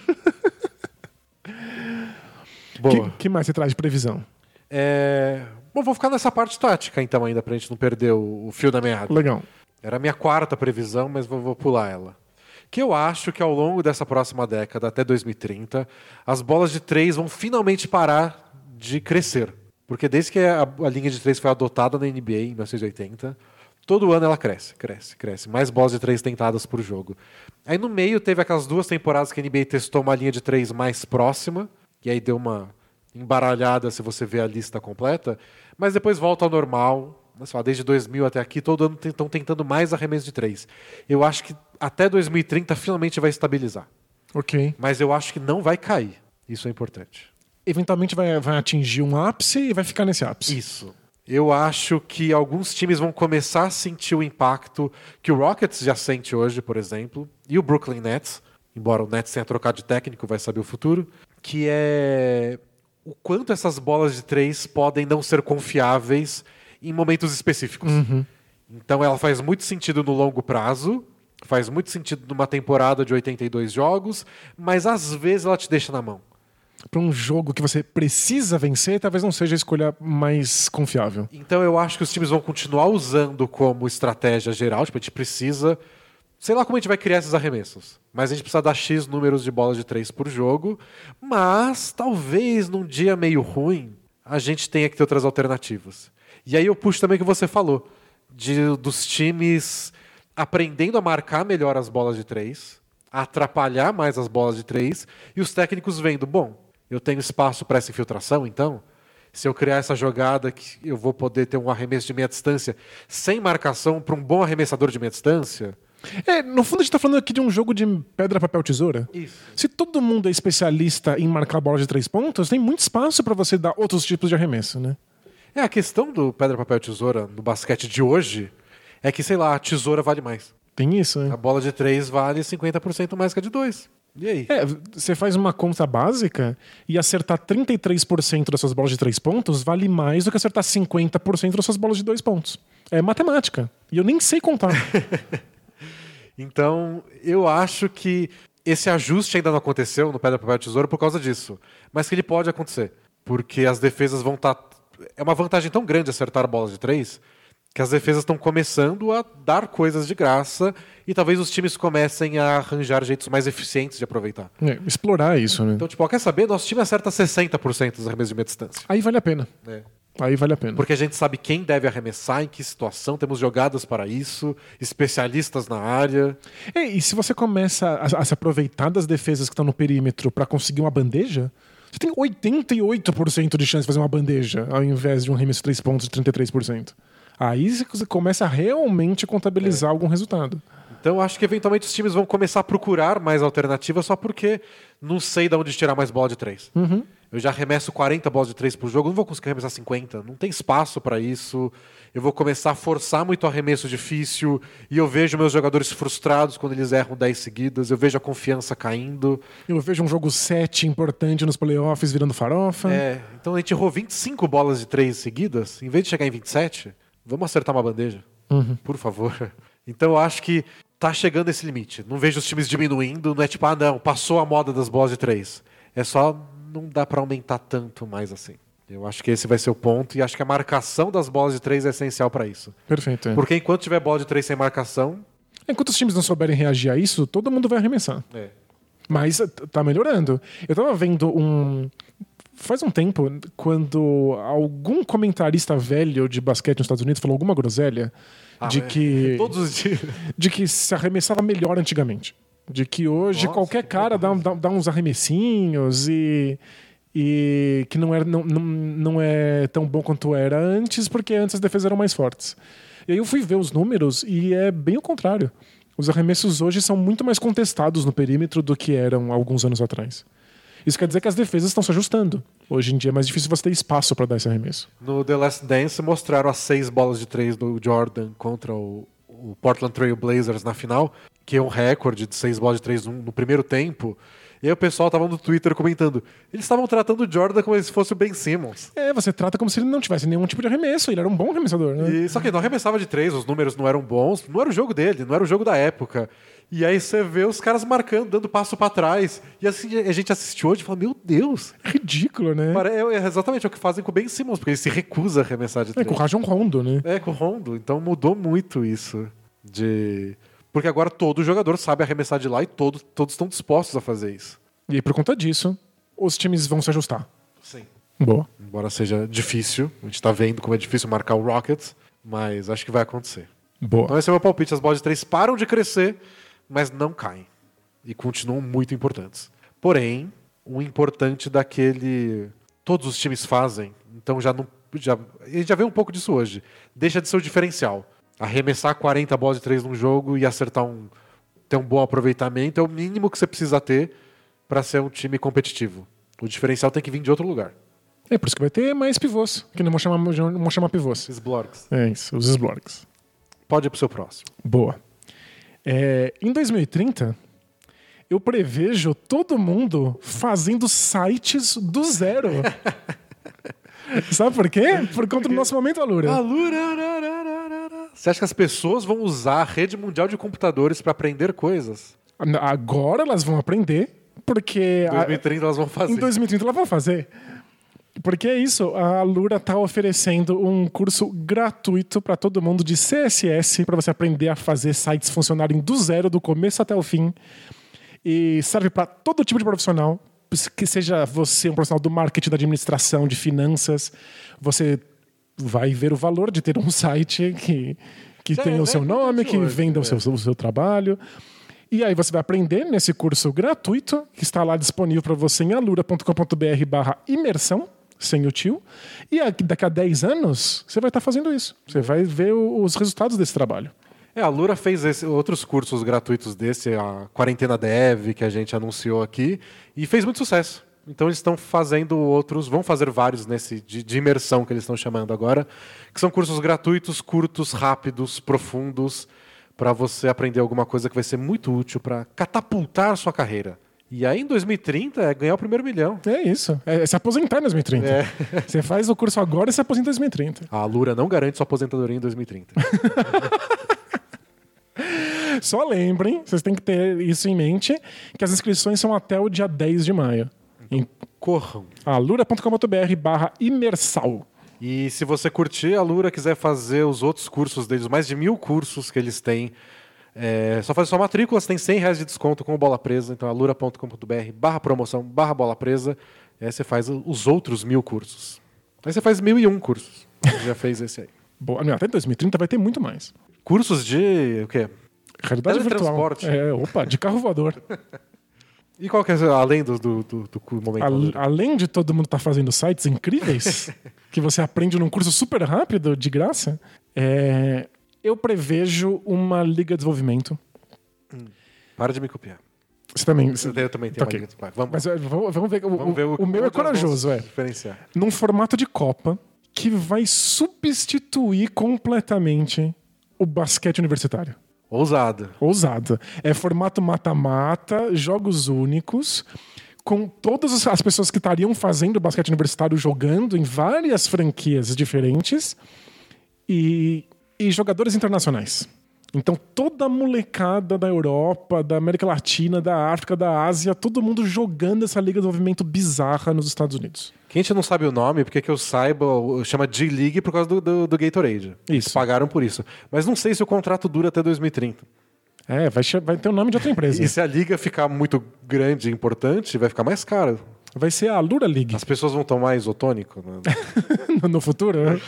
Boa. Que mais você traz de previsão? Bom, vou ficar nessa parte tática, então, ainda, pra gente não perder o fio da meada. Legal. Era a minha 4ª previsão, mas vou pular ela. Que eu acho que ao longo dessa próxima década, até 2030, as bolas de 3 vão finalmente parar de crescer. Porque desde que a linha de 3 foi adotada na NBA em 1980, todo ano ela cresce. Mais bolas de 3 tentadas por jogo. Aí no meio teve aquelas 2 temporadas que a NBA testou uma linha de 3 mais próxima, e aí deu uma embaralhada se você vê a lista completa, mas depois volta ao normal. Desde 2000 até aqui, todo ano estão tentando mais arremesso de 3. Eu acho que até 2030 finalmente vai estabilizar. Ok. Mas eu acho que não vai cair. Isso é importante. Eventualmente vai atingir um ápice e vai ficar nesse ápice. Isso. Eu acho que alguns times vão começar a sentir o impacto que o Rockets já sente hoje, por exemplo, e o Brooklyn Nets, embora o Nets tenha trocado de técnico, vai saber o futuro, que é o quanto essas bolas de 3 podem não ser confiáveis em momentos específicos. Uhum. Então ela faz muito sentido no longo prazo, faz muito sentido numa temporada de 82 jogos, mas às vezes ela te deixa na mão. Para um jogo que você precisa vencer, talvez não seja a escolha mais confiável. Então eu acho que os times vão continuar usando como estratégia geral, tipo, a gente precisa... Sei lá como a gente vai criar esses arremessos, mas a gente precisa dar X números de bolas de 3 por jogo, mas talvez num dia meio ruim a gente tenha que ter outras alternativas. E aí eu puxo também o que você falou, dos times aprendendo a marcar melhor as bolas de 3, a atrapalhar mais as bolas de 3, e os técnicos vendo, bom, eu tenho espaço para essa infiltração, então, se eu criar essa jogada que eu vou poder ter um arremesso de meia distância sem marcação para um bom arremessador de meia distância... No fundo a gente tá falando aqui de um jogo de pedra, papel, tesoura. Isso. Se todo mundo é especialista em marcar bola de 3 pontos, tem muito espaço para você dar outros tipos de arremesso, né? A questão do pedra, papel, tesoura no basquete de hoje é que, sei lá, a tesoura vale mais. Tem isso, né? A bola de 3 vale 50% mais que a de 2. E aí? Você faz uma conta básica e acertar 33% das suas bolas de 3 pontos vale mais do que acertar 50% das suas bolas de 2 pontos. É matemática. E eu nem sei contar. Então, eu acho que esse ajuste ainda não aconteceu no pedra, papel, tesoura por causa disso. Mas que ele pode acontecer. Porque as defesas vão estar... É uma vantagem tão grande acertar bolas de 3 que as defesas estão começando a dar coisas de graça e talvez os times comecem a arranjar jeitos mais eficientes de aproveitar. Explorar isso, né? Então, quer saber? Nosso time acerta 60% dos arremessos de meia distância. Aí vale a pena. Aí vale a pena. Porque a gente sabe quem deve arremessar, em que situação, temos jogadas para isso, especialistas na área. E se você começa a se aproveitar das defesas que estão no perímetro para conseguir uma bandeja, você tem 88% de chance de fazer uma bandeja, ao invés de um arremesso de 3 pontos de 33%. Aí você começa a realmente contabilizar algum resultado. Então acho que eventualmente os times vão começar a procurar mais alternativas só porque não sei de onde tirar mais bola de 3. Uhum. Eu já arremesso 40 bolas de 3 por jogo, não vou conseguir arremessar 50. Não tem espaço para isso. Eu vou começar a forçar muito arremesso difícil e eu vejo meus jogadores frustrados quando eles erram 10 seguidas. Eu vejo a confiança caindo. Eu vejo um jogo 7 importante nos playoffs virando farofa. Então a gente errou 25 bolas de 3 seguidas. Em vez de chegar em 27, vamos acertar uma bandeja. Por favor. Então eu acho que tá chegando esse limite. Não vejo os times diminuindo. Não é tipo, não, passou a moda das bolas de 3. É só não dá para aumentar tanto mais assim. Eu acho que esse vai ser o ponto e acho que a marcação das bolas de 3 é essencial para isso. Perfeito. Porque enquanto tiver bola de 3 sem marcação... Enquanto os times não souberem reagir a isso, todo mundo vai arremessar. Mas tá melhorando. Eu tava vendo faz um tempo, quando algum comentarista velho de basquete nos Estados Unidos falou alguma groselha todos os dias. De que se arremessava melhor antigamente. De que hoje qualquer cara dá uns arremessinhos e que não é tão bom quanto era antes, porque antes as defesas eram mais fortes. E aí eu fui ver os números e é bem o contrário. Os arremessos hoje são muito mais contestados no perímetro do que eram alguns anos atrás. Isso quer dizer que as defesas estão se ajustando. Hoje em dia é mais difícil você ter espaço para dar esse arremesso. No The Last Dance mostraram as 6 bolas de 3 do Jordan contra o Portland Trail Blazers na final, que é um recorde de 6 bolas de 3 no primeiro tempo. E aí o pessoal tava no Twitter comentando, eles estavam tratando o Jordan como se fosse o Ben Simmons. Você trata como se ele não tivesse nenhum tipo de arremesso, ele era um bom arremessador, né? Só que não arremessava de 3, os números não eram bons, não era o jogo dele, não era o jogo da época. E aí você vê os caras marcando, dando passo pra trás. E assim, a gente assistiu hoje e fala, meu Deus. É ridículo, né? É exatamente o que fazem com o Ben Simmons, porque ele se recusa a arremessar de 3. Com o Rajon Rondo, né? Com o Rondo. Então mudou muito isso. Porque agora todo jogador sabe arremessar de lá e todos estão dispostos a fazer isso. E aí, por conta disso, os times vão se ajustar. Sim. Boa. Embora seja difícil, a gente tá vendo como é difícil marcar o Rockets, mas acho que vai acontecer. Boa. Então esse é o meu palpite. As bolas de 3 param de crescer, mas não caem. E continuam muito importantes. Porém, um importante daquele... Todos os times fazem, então a gente já vê um pouco disso hoje. Deixa de ser o diferencial. Arremessar 40 bolas de 3 num jogo e acertar ter um bom aproveitamento é o mínimo que você precisa ter para ser um time competitivo. O diferencial tem que vir de outro lugar. É por isso que vai ter mais pivôs, que não vão chamar pivôs. Sblorgs. É isso, os Sblorgs. Pode ir pro seu próximo. Boa. Em 2030, eu prevejo todo mundo fazendo sites do zero. Sabe por quê? Por conta do nosso momento Alura. Você acha que as pessoas vão usar a rede mundial de computadores para aprender coisas? Agora elas vão aprender, porque... Em 2030 elas vão fazer. Em 2030 elas vão fazer. Porque é isso, a Alura está oferecendo um curso gratuito para todo mundo de CSS, para você aprender a fazer sites funcionarem do zero, do começo até o fim. E serve para todo tipo de profissional, que seja você um profissional do marketing, da administração, de finanças. Você vai ver o valor de ter um site que tenha o seu nome, que venda o seu trabalho. E aí você vai aprender nesse curso gratuito, que está lá disponível para você em alura.com.br/imersão, sem o tio. E daqui a 10 anos, você vai estar fazendo isso. Você vai ver os resultados desse trabalho. A Alura fez outros cursos gratuitos desse, a Quarentena Dev, que a gente anunciou aqui, e fez muito sucesso. Então eles estão fazendo outros, vão fazer vários nesse de imersão que eles estão chamando agora, que são cursos gratuitos, curtos, rápidos, profundos, para você aprender alguma coisa que vai ser muito útil para catapultar a sua carreira. E aí em 2030 é ganhar o primeiro milhão. É isso, é se aposentar em 2030. Você faz o curso agora e se aposenta em 2030. A Alura não garante sua aposentadoria em 2030. Só lembrem, vocês têm que ter isso em mente, que as inscrições são até o dia 10 de maio. Corram. alura.com.br/imersal. E se você curtir a Alura, quiser fazer os outros cursos deles, mais de 1000 cursos que eles têm, só fazer sua matrícula, você tem R$100 de desconto com o Bola Presa. Então alura.com.br/promoção/Bola Presa. E aí você faz os outros 1000 cursos. Aí você faz 1001 cursos. Você já fez esse aí. Boa. Até 2030 vai ter muito mais. Cursos de o quê? Realidade virtual. De carro voador. E qual que é, além do momento? Além de todo mundo estar fazendo sites incríveis, que você aprende num curso super rápido, de graça, eu prevejo uma liga de desenvolvimento. Para de me copiar. Você também. Eu também tenho Ok. uma liga. Vai, vamos, Mas vamos ver. vamos ver O meu é corajoso, diferenciar. Num formato de Copa que vai substituir completamente o basquete universitário. Ousado. Ousado. É formato mata-mata, jogos únicos, com todas as pessoas que estariam fazendo basquete universitário jogando em várias franquias diferentes e jogadores internacionais. Então toda a molecada da Europa, da América Latina, da África, da Ásia, todo mundo jogando essa liga de desenvolvimento bizarra nos Estados Unidos. Quem a gente não sabe o nome, porque que eu saiba, chama G-League por causa do Gatorade. Eles Isso. pagaram por isso. Mas não sei se o contrato dura até 2030. Vai ter o nome de outra empresa. E se a liga ficar muito grande e importante, vai ficar mais caro. Vai ser a Lura League As pessoas vão tomar isotônico, né? no futuro. Né?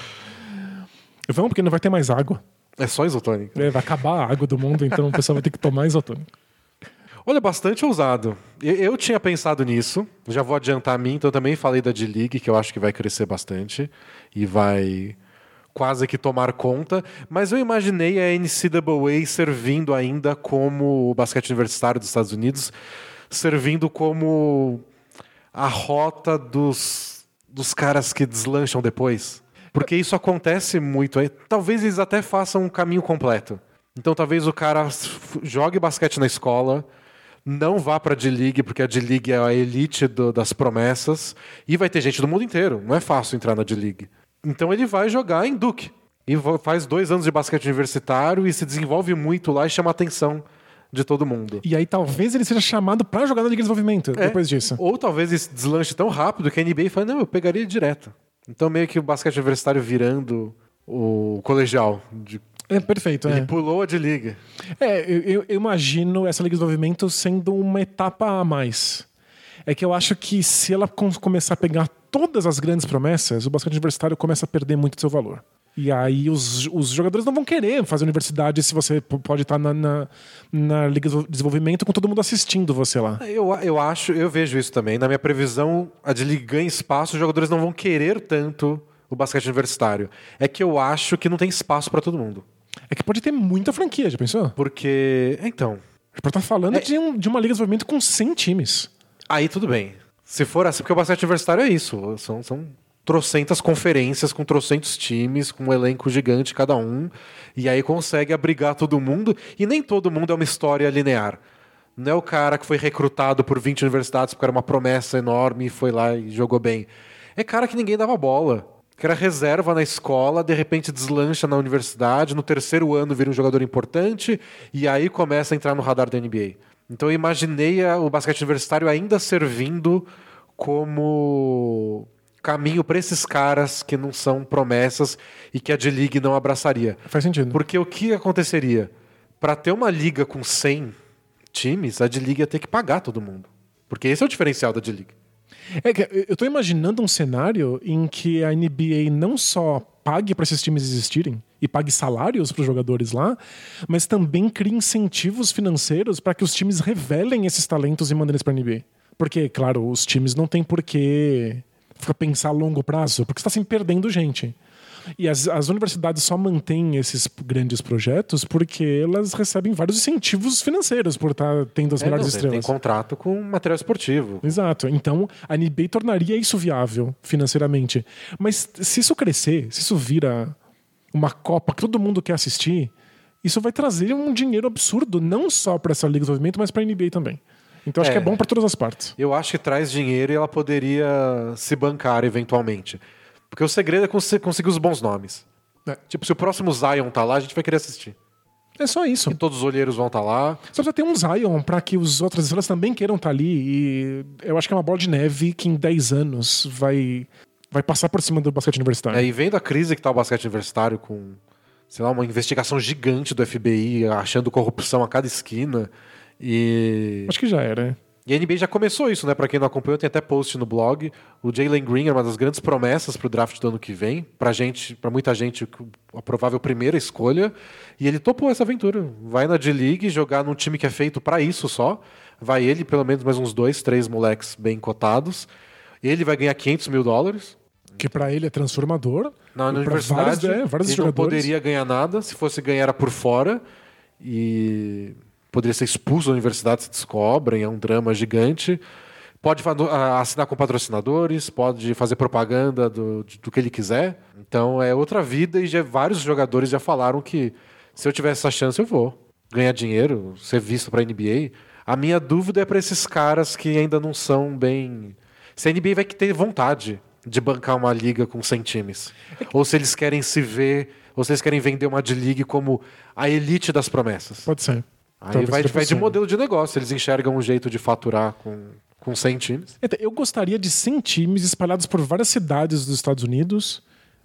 Vamos, porque não vai ter mais água. É só isotônico. Vai acabar a água do mundo, então o pessoal vai ter que tomar isotônico. Olha, bastante ousado. Eu tinha pensado nisso, já vou adiantar a mim, então eu também falei da D-League, que eu acho que vai crescer bastante e vai quase que tomar conta, mas eu imaginei a NCAA servindo ainda como o basquete universitário dos Estados Unidos, servindo como a rota dos caras que deslancham depois. Porque isso acontece muito. Talvez eles até façam um caminho completo. Então talvez o cara jogue basquete na escola, não vá para a D-League, porque a D-League é a elite das promessas, e vai ter gente do mundo inteiro. Não é fácil entrar na D-League. Então ele vai jogar em Duke. E faz 2 anos de basquete universitário e se desenvolve muito lá e chama a atenção de todo mundo. E aí talvez ele seja chamado pra jogar na Liga de Desenvolvimento depois disso. Ou talvez ele deslanche tão rápido que a NBA fala, não, eu pegaria ele direto. Então meio que o basquete universitário virando o colegial. Perfeito. Ele pulou a D-League. Eu imagino essa Liga de Desenvolvimento sendo uma etapa a mais. É que eu acho que se ela começar a pegar todas as grandes promessas, o basquete universitário começa a perder muito do seu valor. E aí os jogadores não vão querer fazer universidade se você pode estar na Liga de Desenvolvimento com todo mundo assistindo você lá. Eu vejo isso também. Na minha previsão, a D-League ganha espaço, os jogadores não vão querer tanto o basquete universitário. É que eu acho que não tem espaço para todo mundo. É que pode ter muita franquia, já pensou? Porque, então... A gente pode estar falando de uma Liga de Desenvolvimento com 100 times. Aí tudo bem. Se for assim, porque o basquete universitário é isso. São trocentas conferências com trocentos times, com um elenco gigante cada um, e aí consegue abrigar todo mundo, e nem todo mundo é uma história linear. Não é o cara que foi recrutado por 20 universidades porque era uma promessa enorme e foi lá e jogou bem. É cara que ninguém dava bola, que era reserva na escola, de repente deslancha na universidade, no 3º ano vira um jogador importante, e aí começa a entrar no radar da NBA. Então eu imaginei o basquete universitário ainda servindo como caminho para esses caras que não são promessas e que a D-League não abraçaria. Faz sentido. Porque o que aconteceria? Para ter uma liga com 100 times, a D-League ia ter que pagar todo mundo. Porque esse é o diferencial da D-League. Eu tô imaginando um cenário em que a NBA não só pague para esses times existirem e pague salários para os jogadores lá, mas também crie incentivos financeiros para que os times revelem esses talentos e mandem eles para a NBA. Porque, claro, os times não têm por que pensar a longo prazo, porque você está sempre perdendo gente. E as universidades só mantêm esses grandes projetos porque elas recebem vários incentivos financeiros por estar tendo as melhores estrelas. Tem contrato com material esportivo. Exato. Então, a NBA tornaria isso viável financeiramente. Mas se isso crescer, se isso vira uma Copa que todo mundo quer assistir, isso vai trazer um dinheiro absurdo, não só para essa Liga de Desenvolvimento, mas para a NBA também. Então acho que é bom para todas as partes. Eu acho que traz dinheiro e ela poderia se bancar eventualmente. Porque o segredo é conseguir os bons nomes. Tipo, se o próximo Zion tá lá, a gente vai querer assistir. É só isso. E todos os olheiros vão estar lá. Só precisa ter um Zion para que os outras estrelas também queiram estar ali. E eu acho que é uma bola de neve que em 10 anos vai passar por cima do basquete universitário. E vendo a crise que tá o basquete universitário com, sei lá, uma investigação gigante do FBI, achando corrupção a cada esquina. Acho que já era. E a NBA já começou isso, né? Pra quem não acompanhou, tem até post no blog. O Jalen Green é uma das grandes promessas pro draft do ano que vem. Pra muita gente, a provável primeira escolha. E ele topou essa aventura. Vai na D-League jogar num time que é feito pra isso só. Vai ele, pelo menos mais uns 2, 3 moleques bem cotados. Ele vai ganhar $500 mil. Que pra ele é transformador. Na universidade, vários ele jogadores. não poderia ganhar nada. Se fosse ganhar era por fora. E poderia ser expulso da universidade se descobrem, é um drama gigante. Pode assinar com patrocinadores, pode fazer propaganda do que ele quiser. Então é outra vida e vários jogadores já falaram que se eu tivesse essa chance eu vou ganhar dinheiro, ser visto para a NBA. A minha dúvida é para esses caras que ainda não são bem... Se a NBA vai ter vontade de bancar uma liga com 100 times. Ou se eles querem se ver, ou se eles querem vender uma D-League como a elite das promessas. Pode ser. Aí vai de modelo de negócio. Eles enxergam um jeito de faturar com 100 times. Eu gostaria de 100 times espalhados por várias cidades dos Estados Unidos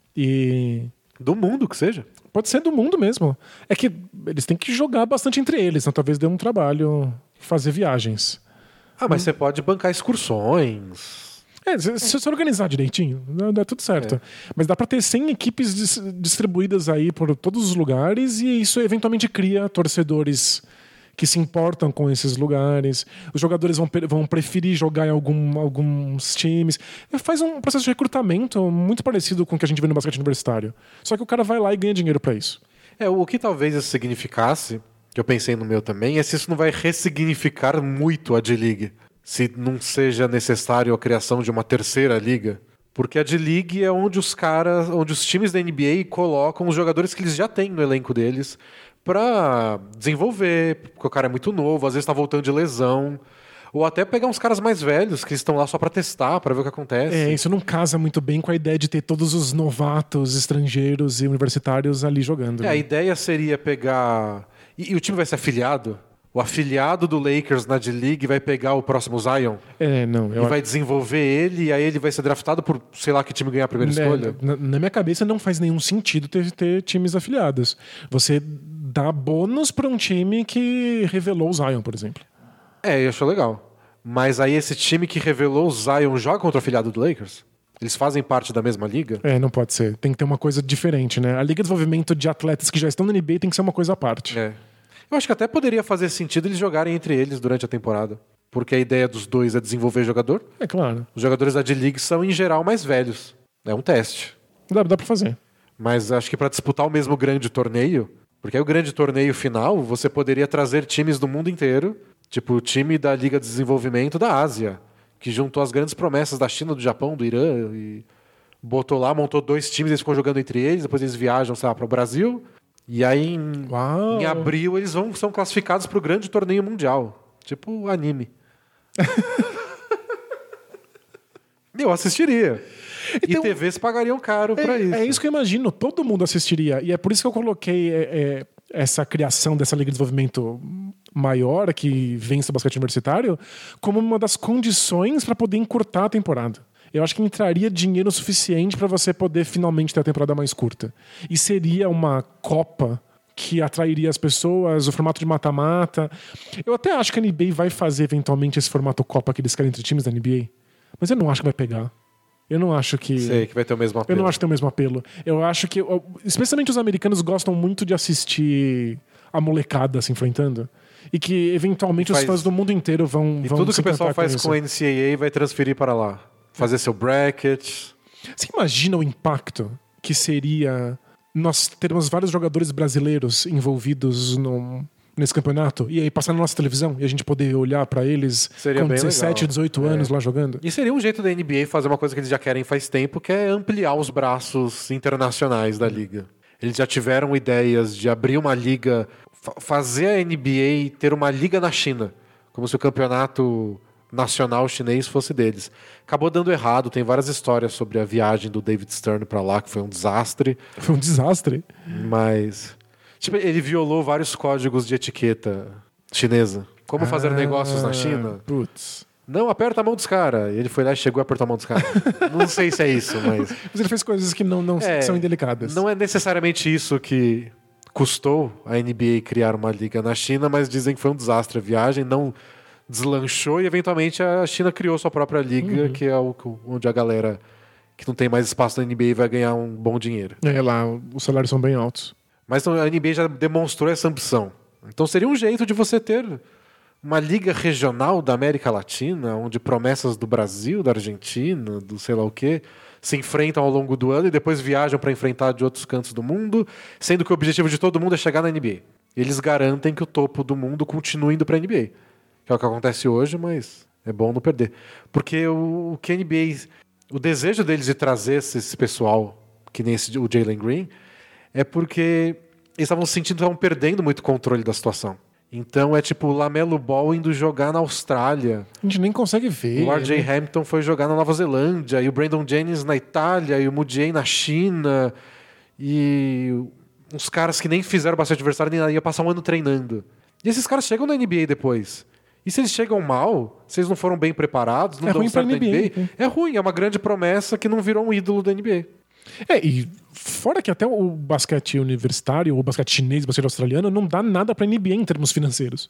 e... Do mundo, que seja. Pode ser do mundo mesmo. É que eles têm que jogar bastante entre eles, então talvez dê um trabalho fazer viagens. Mas você pode bancar excursões. Se organizar direitinho, dá tudo certo. Mas dá pra ter 100 equipes distribuídas aí por todos os lugares e isso eventualmente cria torcedores que se importam com esses lugares. Os jogadores vão preferir jogar em alguns times. Faz um processo de recrutamento muito parecido com o que a gente vê no basquete universitário. Só que o cara vai lá e ganha dinheiro para isso. O que talvez isso significasse, que eu pensei no meu também, é se isso não vai ressignificar muito a D-League. Se não seja necessário a criação de uma terceira liga. Porque a D-League é onde os times da NBA colocam os jogadores que eles já têm no elenco deles pra desenvolver, porque o cara é muito novo, às vezes tá voltando de lesão, ou até pegar uns caras mais velhos que estão lá só pra testar, pra ver o que acontece. Isso não casa muito bem com a ideia de ter todos os novatos, estrangeiros e universitários ali jogando. Né? A ideia seria pegar... E o time vai ser afiliado? O afiliado do Lakers na D-League vai pegar o próximo Zion? E vai desenvolver ele, e aí ele vai ser draftado por sei lá que time ganhar a primeira escolha? Na minha cabeça não faz nenhum sentido ter times afiliados. Você dá bônus para um time que revelou o Zion, por exemplo. Eu acho legal. Mas aí esse time que revelou o Zion joga contra o afiliado do Lakers? Eles fazem parte da mesma liga? Não pode ser. Tem que ter uma coisa diferente, né? A Liga de Desenvolvimento de Atletas que já estão na NBA tem que ser uma coisa à parte. Eu acho que até poderia fazer sentido eles jogarem entre eles durante a temporada. Porque a ideia dos dois é desenvolver jogador. Claro. Os jogadores da D-League são, em geral, mais velhos. É um teste. Dá pra fazer. Mas acho que para disputar o mesmo grande torneio... Porque aí o grande torneio final, você poderia trazer times do mundo inteiro. Tipo o time da Liga de Desenvolvimento da Ásia. Que juntou as grandes promessas da China, do Japão, do Irã. E botou lá, montou 2 times, eles ficam jogando entre eles. Depois eles viajam, sei lá, para o Brasil. E aí, em abril, eles são classificados para o grande torneio mundial. Tipo anime. Eu assistiria. Então, e TVs pagariam caro para isso. É isso que eu imagino. Todo mundo assistiria. E é por isso que eu coloquei essa criação dessa Liga de Desenvolvimento maior, que vence o basquete universitário, como uma das condições para poder encurtar a temporada. Eu acho que entraria dinheiro suficiente para você poder finalmente ter a temporada mais curta. E seria uma Copa que atrairia as pessoas, o formato de mata-mata. Eu até acho que a NBA vai fazer eventualmente esse formato Copa que eles querem entre times da NBA. Mas eu não acho que vai pegar. Eu não acho que... Sei que vai ter o mesmo apelo. Eu não acho que tem o mesmo apelo. Eu acho que... Especialmente os americanos gostam muito de assistir a molecada se enfrentando. E que, eventualmente, os fãs do mundo inteiro vão... E tudo que o pessoal faz com a NCAA vai transferir para lá. Fazer seu bracket. Você imagina o impacto que seria nós termos vários jogadores brasileiros envolvidos nesse campeonato e aí passar na nossa televisão e a gente poder olhar pra eles com 17, 18 anos lá jogando? E seria um jeito da NBA fazer uma coisa que eles já querem faz tempo, que é ampliar os braços internacionais da liga. Eles já tiveram ideias de abrir uma liga, fazer a NBA ter uma liga na China, como se o campeonato nacional chinês fosse deles. Acabou dando errado, tem várias histórias sobre a viagem do David Stern pra lá, que foi um desastre. Foi um desastre? Mas... tipo, ele violou vários códigos de etiqueta chinesa. Como fazer negócios na China. Putz. Não, aperta a mão dos caras. E ele foi lá e chegou a apertar a mão dos caras. Não sei se é isso, mas... Mas ele fez coisas que não são indelicadas. Não é necessariamente isso que custou a NBA criar uma liga na China, mas dizem que foi um desastre a viagem, não deslanchou e eventualmente a China criou sua própria liga, que é onde a galera que não tem mais espaço na NBA vai ganhar um bom dinheiro. Lá, os salários são bem altos. Mas a NBA já demonstrou essa ambição. Então seria um jeito de você ter uma liga regional da América Latina, onde promessas do Brasil, da Argentina, do sei lá o quê, se enfrentam ao longo do ano e depois viajam para enfrentar de outros cantos do mundo, sendo que o objetivo de todo mundo é chegar na NBA. eles garantem que o topo do mundo continue indo para a NBA. Que é o que acontece hoje, mas é bom não perder. Porque o que a NBA... O desejo deles de trazer esse pessoal, que nem o Jalen Green, é porque eles estavam sentindo que estavam perdendo muito controle da situação. Então é tipo o LaMelo Ball indo jogar na Austrália. A gente nem consegue ver. O RJ Hampton foi jogar na Nova Zelândia, e o Brandon Jennings na Itália, e o Mudiay na China, e uns caras que nem fizeram bastante adversário, nem ia passar um ano treinando. E esses caras chegam na NBA depois. E se eles chegam mal, se eles não foram bem preparados, não dão certo na NBA, é ruim, é uma grande promessa que não virou um ídolo da NBA. E fora que até o basquete universitário, o basquete chinês, o basquete australiano, não dá nada pra NBA em termos financeiros.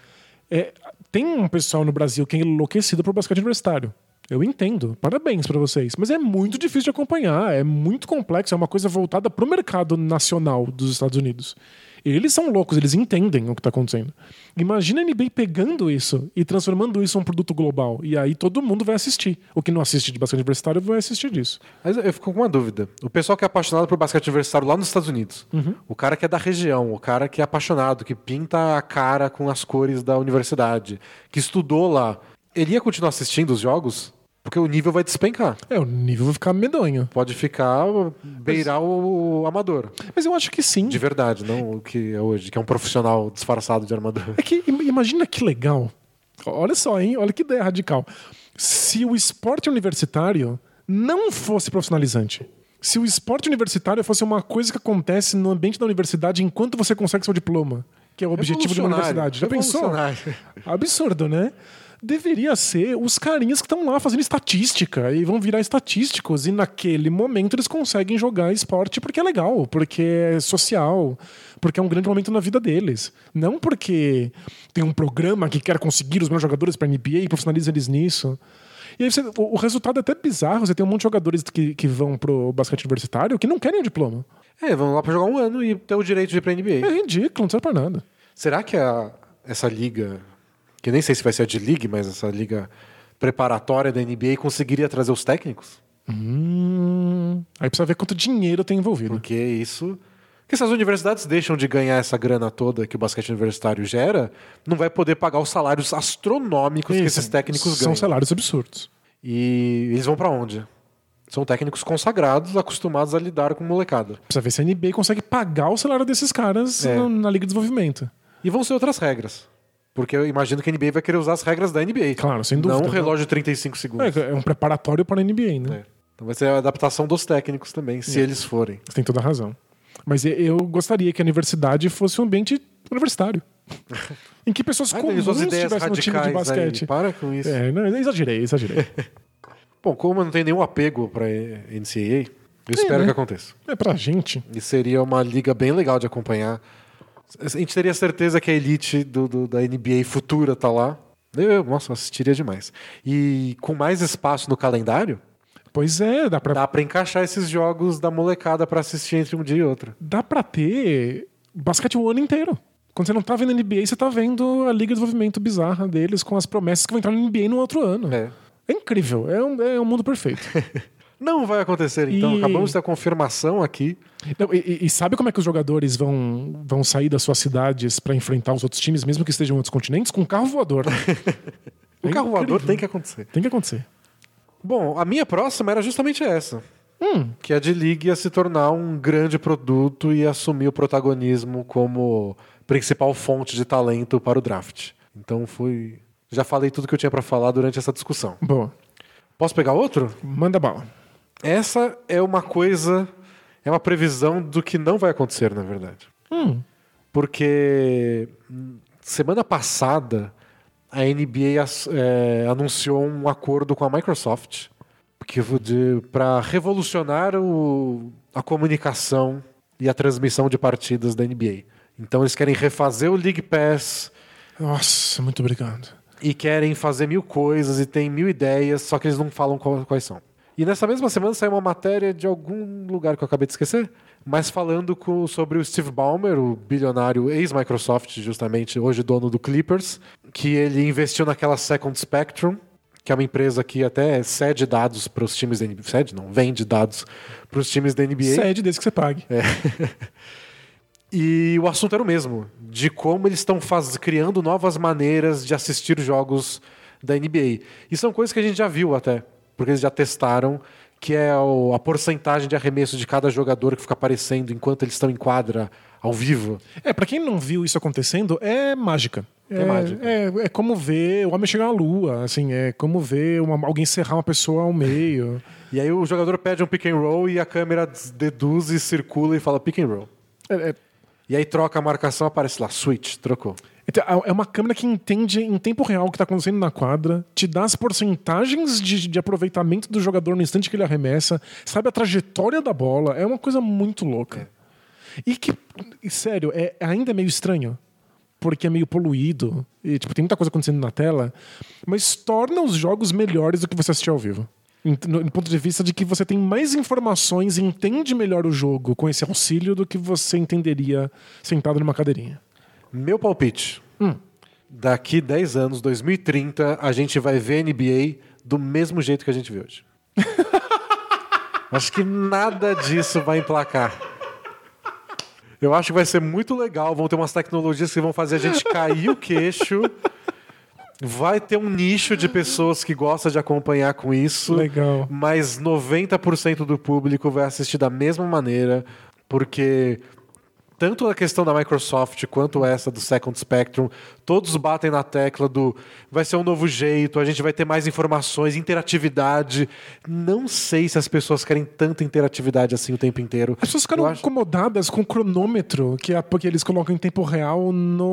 Tem um pessoal no Brasil que é enlouquecido pro basquete universitário. Eu entendo, parabéns pra vocês. Mas é muito difícil de acompanhar, é muito complexo, é uma coisa voltada pro mercado nacional dos Estados Unidos. Eles são loucos, eles entendem o que tá acontecendo. Imagina a NBA pegando isso e transformando isso em um produto global. E aí todo mundo vai assistir. O que não assiste de basquete universitário vai assistir disso. Mas eu fico com uma dúvida. O pessoal que é apaixonado por basquete universitário lá nos Estados Unidos, o cara que é da região, o cara que é apaixonado, que pinta a cara com as cores da universidade, que estudou lá, ele ia continuar assistindo os jogos? Porque o nível vai despencar. O nível vai ficar medonho. Pode ficar, beirar o amador. Mas eu acho que sim. De verdade, não o que é hoje, que é um profissional disfarçado de armador. É que imagina que legal. Olha só, hein? Olha que ideia radical. Se o esporte universitário não fosse profissionalizante. Se o esporte universitário fosse uma coisa que acontece no ambiente da universidade enquanto você consegue seu diploma, que é o objetivo de uma universidade. Já pensou? Absurdo, né? Deveria ser os carinhas que estão lá fazendo estatística e vão virar estatísticos, e naquele momento eles conseguem jogar esporte porque é legal, porque é social, porque é um grande momento na vida deles. Não porque tem um programa que quer conseguir os meus jogadores para a NBA e profissionaliza eles nisso. E aí o resultado é até bizarro. Você tem um monte de jogadores que vão pro basquete universitário que não querem o diploma. Vão lá para jogar um ano e ter o direito de ir pra NBA. É ridículo, não serve pra nada. Será que essa liga, que nem sei se vai ser a D-League, mas essa liga preparatória da NBA conseguiria trazer os técnicos? Aí precisa ver quanto dinheiro tem envolvido. Porque se as universidades deixam de ganhar essa grana toda que o basquete universitário gera, não vai poder pagar os salários astronômicos que esses técnicos ganham. São salários absurdos. E eles vão pra onde? São técnicos consagrados, acostumados a lidar com molecada. Precisa ver se a NBA consegue pagar o salário desses caras na Liga de Desenvolvimento. E vão ser outras regras. Porque eu imagino que a NBA vai querer usar as regras da NBA. Claro, sem dúvida. Não um relógio de 35 segundos. É um preparatório para a NBA, né? Então vai ser a adaptação dos técnicos também, se eles forem. Você tem toda a razão. Mas eu gostaria que a universidade fosse um ambiente universitário. Em que pessoas comuns estivessem no time de basquete. Aí, para com isso. Não, exagerei. Bom, como eu não tenho nenhum apego para NCAA, eu espero que aconteça. É pra gente. E seria uma liga bem legal de acompanhar. A gente teria certeza que a elite da NBA futura tá lá. Nossa, eu assistiria demais. E com mais espaço no calendário... Pois é, dá pra encaixar esses jogos da molecada pra assistir entre um dia e outro. Dá pra ter basquete o ano inteiro. Quando você não tá vendo NBA, você tá vendo a liga de desenvolvimento bizarra deles com as promessas que vão entrar no NBA no outro ano. É incrível, é um mundo perfeito. Não vai acontecer, então. Acabamos de ter a confirmação aqui. Não, e sabe como é que os jogadores vão sair das suas cidades pra enfrentar os outros times, mesmo que estejam em outros continentes? Com um carro voador. O carro voador tem que acontecer. Tem que acontecer. Bom, a minha próxima era justamente essa. Que a D-League ia se tornar um grande produto e assumir o protagonismo como principal fonte de talento para o draft. Então já falei tudo que eu tinha para falar durante essa discussão. Boa. Posso pegar outro? Manda bala. Essa é uma previsão do que não vai acontecer, na verdade. Porque semana passada a NBA anunciou um acordo com a Microsoft para revolucionar a comunicação e a transmissão de partidas da NBA. Então eles querem refazer o League Pass. Nossa, muito obrigado. E querem fazer 1000 coisas e tem 1000 ideias, só que eles não falam quais são. E nessa mesma semana saiu uma matéria de algum lugar que eu acabei de esquecer, mas falando sobre o Steve Ballmer, o bilionário ex-Microsoft, justamente hoje dono do Clippers, que ele investiu naquela Second Spectrum, que é uma empresa que até cede dados para os times da NBA. Vende dados para os times da NBA. Cede desde que você pague. E o assunto era o mesmo, de como eles estão criando novas maneiras de assistir jogos da NBA. E são coisas que a gente já viu até, porque eles já testaram, que é a porcentagem de arremesso de cada jogador que fica aparecendo enquanto eles estão em quadra, ao vivo. Pra quem não viu isso acontecendo, é mágica. Mágica. É como ver o homem chegar à lua, assim, é como ver alguém serrar uma pessoa ao meio. E aí o jogador pede um pick and roll e a câmera deduz e circula e fala pick and roll. E aí troca a marcação, aparece lá, switch, trocou. Então, é uma câmera que entende em tempo real o que está acontecendo na quadra, te dá as porcentagens de aproveitamento do jogador no instante que ele arremessa, sabe a trajetória da bola, é uma coisa muito louca. E sério, ainda é meio estranho, porque é meio poluído, e tem muita coisa acontecendo na tela, mas torna os jogos melhores do que você assistir ao vivo. No ponto de vista de que você tem mais informações e entende melhor o jogo com esse auxílio do que você entenderia sentado numa cadeirinha. Meu palpite. Daqui 10 anos, 2030, a gente vai ver NBA do mesmo jeito que a gente vê hoje. Acho que nada disso vai emplacar. Eu acho que vai ser muito legal. Vão ter umas tecnologias que vão fazer a gente cair o queixo. Vai ter um nicho de pessoas que gostam de acompanhar com isso. Legal. Mas 90% do público vai assistir da mesma maneira, porque tanto a questão da Microsoft quanto essa do Second Spectrum, todos batem na tecla do vai ser um novo jeito, a gente vai ter mais informações, interatividade. Não sei se as pessoas querem tanta interatividade assim o tempo inteiro. As pessoas ficaram incomodadas com o cronômetro porque eles colocam em tempo real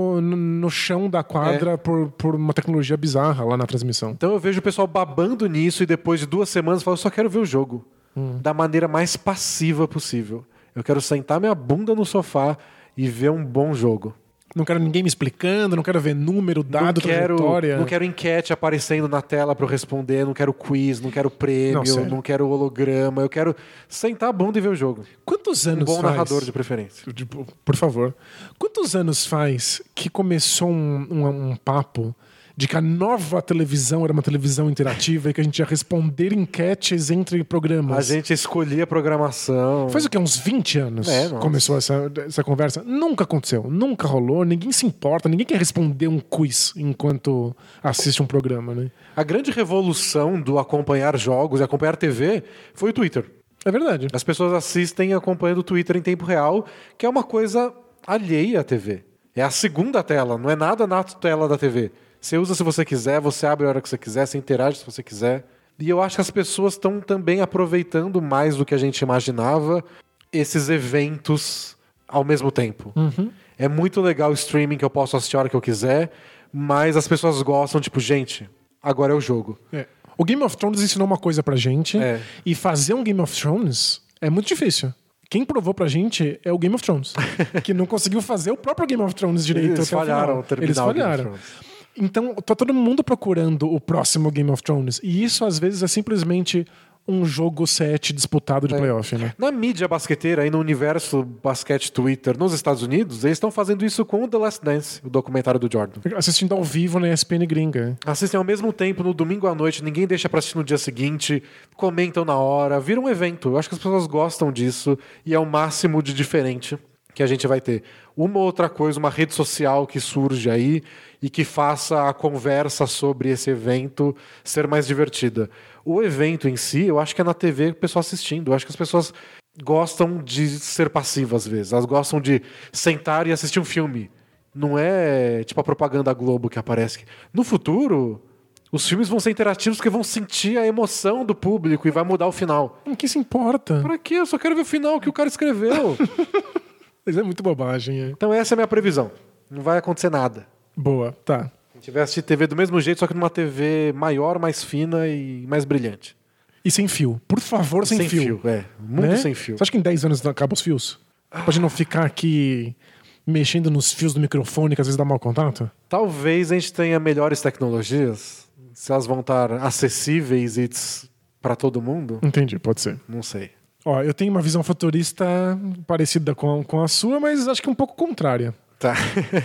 no chão da quadra por uma tecnologia bizarra lá na transmissão. Então eu vejo o pessoal babando nisso e depois de 2 semanas falam, eu só quero ver o jogo da maneira mais passiva possível. Eu quero sentar minha bunda no sofá e ver um bom jogo. Não quero ninguém me explicando, não quero ver número, dado, trajetória. Não quero enquete aparecendo na tela para eu responder, não quero quiz, não quero prêmio, não quero holograma. Eu quero sentar a bunda e ver o jogo. Quantos anos faz? Um bom narrador de preferência. Por favor. Quantos anos faz que começou um papo de que a nova televisão era uma televisão interativa e que a gente ia responder enquetes entre programas? A gente escolhia a programação. Faz o quê? Uns 20 anos começou essa conversa? Nunca aconteceu, nunca rolou, ninguém se importa, ninguém quer responder um quiz enquanto assiste um programa, né? A grande revolução do acompanhar jogos e acompanhar TV foi o Twitter. É verdade. As pessoas assistem acompanhando o Twitter em tempo real, que é uma coisa alheia à TV. É a segunda tela, não é nada na tela da TV. Você usa se você quiser, você abre a hora que você quiser, você interage se você quiser. E eu acho que as pessoas estão também aproveitando mais do que a gente imaginava esses eventos ao mesmo tempo. É muito legal o streaming que eu posso assistir a hora que eu quiser, mas as pessoas gostam, tipo, gente, agora é o jogo. O Game of Thrones ensinou uma coisa pra gente, e fazer um Game of Thrones é muito difícil. Quem provou pra gente é o Game of Thrones, que não conseguiu fazer o próprio Game of Thrones direito. Eles falharam. Eles falharam. Então, tá todo mundo procurando o próximo Game of Thrones. E isso, às vezes, é simplesmente um jogo 7 disputado de playoff, né? Na mídia basqueteira, aí no universo basquete Twitter nos Estados Unidos, eles estão fazendo isso com o The Last Dance, o documentário do Jordan. Assistindo ao vivo na ESPN gringa. Assistem ao mesmo tempo, no domingo à noite, ninguém deixa pra assistir no dia seguinte, comentam na hora, vira um evento. Eu acho que as pessoas gostam disso e é o máximo de diferente que a gente vai ter. Uma outra coisa, uma rede social que surge aí e que faça a conversa sobre esse evento ser mais divertida. O evento em si, eu acho que é na TV o pessoal assistindo. Eu acho que as pessoas gostam de ser passivas às vezes. Elas gostam de sentar e assistir um filme. Não é tipo a propaganda Globo que aparece. No futuro, os filmes vão ser interativos porque vão sentir a emoção do público e vai mudar o final. O que se importa? Pra quê? Eu só quero ver o final que o cara escreveu. Isso é muito bobagem. Então essa é a minha previsão. Não vai acontecer nada. Boa, tá. A gente vai assistir TV do mesmo jeito, só que numa TV maior, mais fina e mais brilhante. E sem fio. Por favor, sem fio. Muito sem fio. Você acha que em 10 anos acaba os fios? Pra gente não ficar aqui mexendo nos fios do microfone que às vezes dá mau contato? Talvez a gente tenha melhores tecnologias, se elas vão estar acessíveis e para todo mundo. Entendi, pode ser. Não sei. Ó, eu tenho uma visão futurista parecida com a sua, mas acho que um pouco contrária. Tá.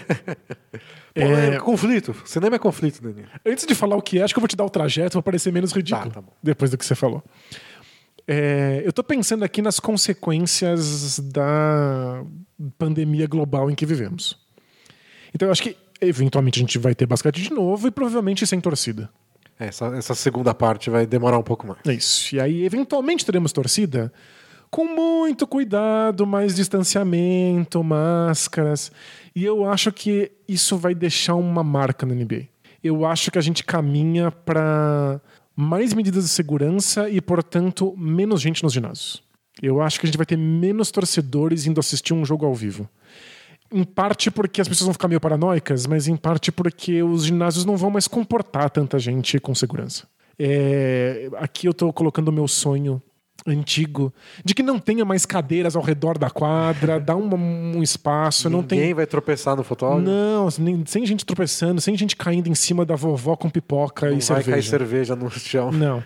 Conflito. Cinema é conflito, Daniel. Antes de falar o que é, acho que eu vou te dar o trajeto pra parecer menos ridículo. Tá bom. Depois do que você falou. Eu tô pensando aqui nas consequências da pandemia global em que vivemos. Então eu acho que eventualmente a gente vai ter basquete de novo e provavelmente sem torcida. Essa segunda parte vai demorar um pouco mais. É isso. E aí eventualmente teremos torcida com muito cuidado, mais distanciamento, máscaras. E eu acho que isso vai deixar uma marca na NBA. Eu acho que a gente caminha para mais medidas de segurança e, portanto, menos gente nos ginásios. Eu acho que a gente vai ter menos torcedores indo assistir um jogo ao vivo. Em parte porque as pessoas vão ficar meio paranoicas, mas em parte porque os ginásios não vão mais comportar tanta gente com segurança. Aqui eu estou colocando o meu sonho antigo de que não tenha mais cadeiras ao redor da quadra, dá um espaço. Ninguém vai tropeçar no fotógrafo? Não, sem gente tropeçando, sem gente caindo em cima da vovó com pipoca e cerveja. Não vai cair cerveja no chão. Não.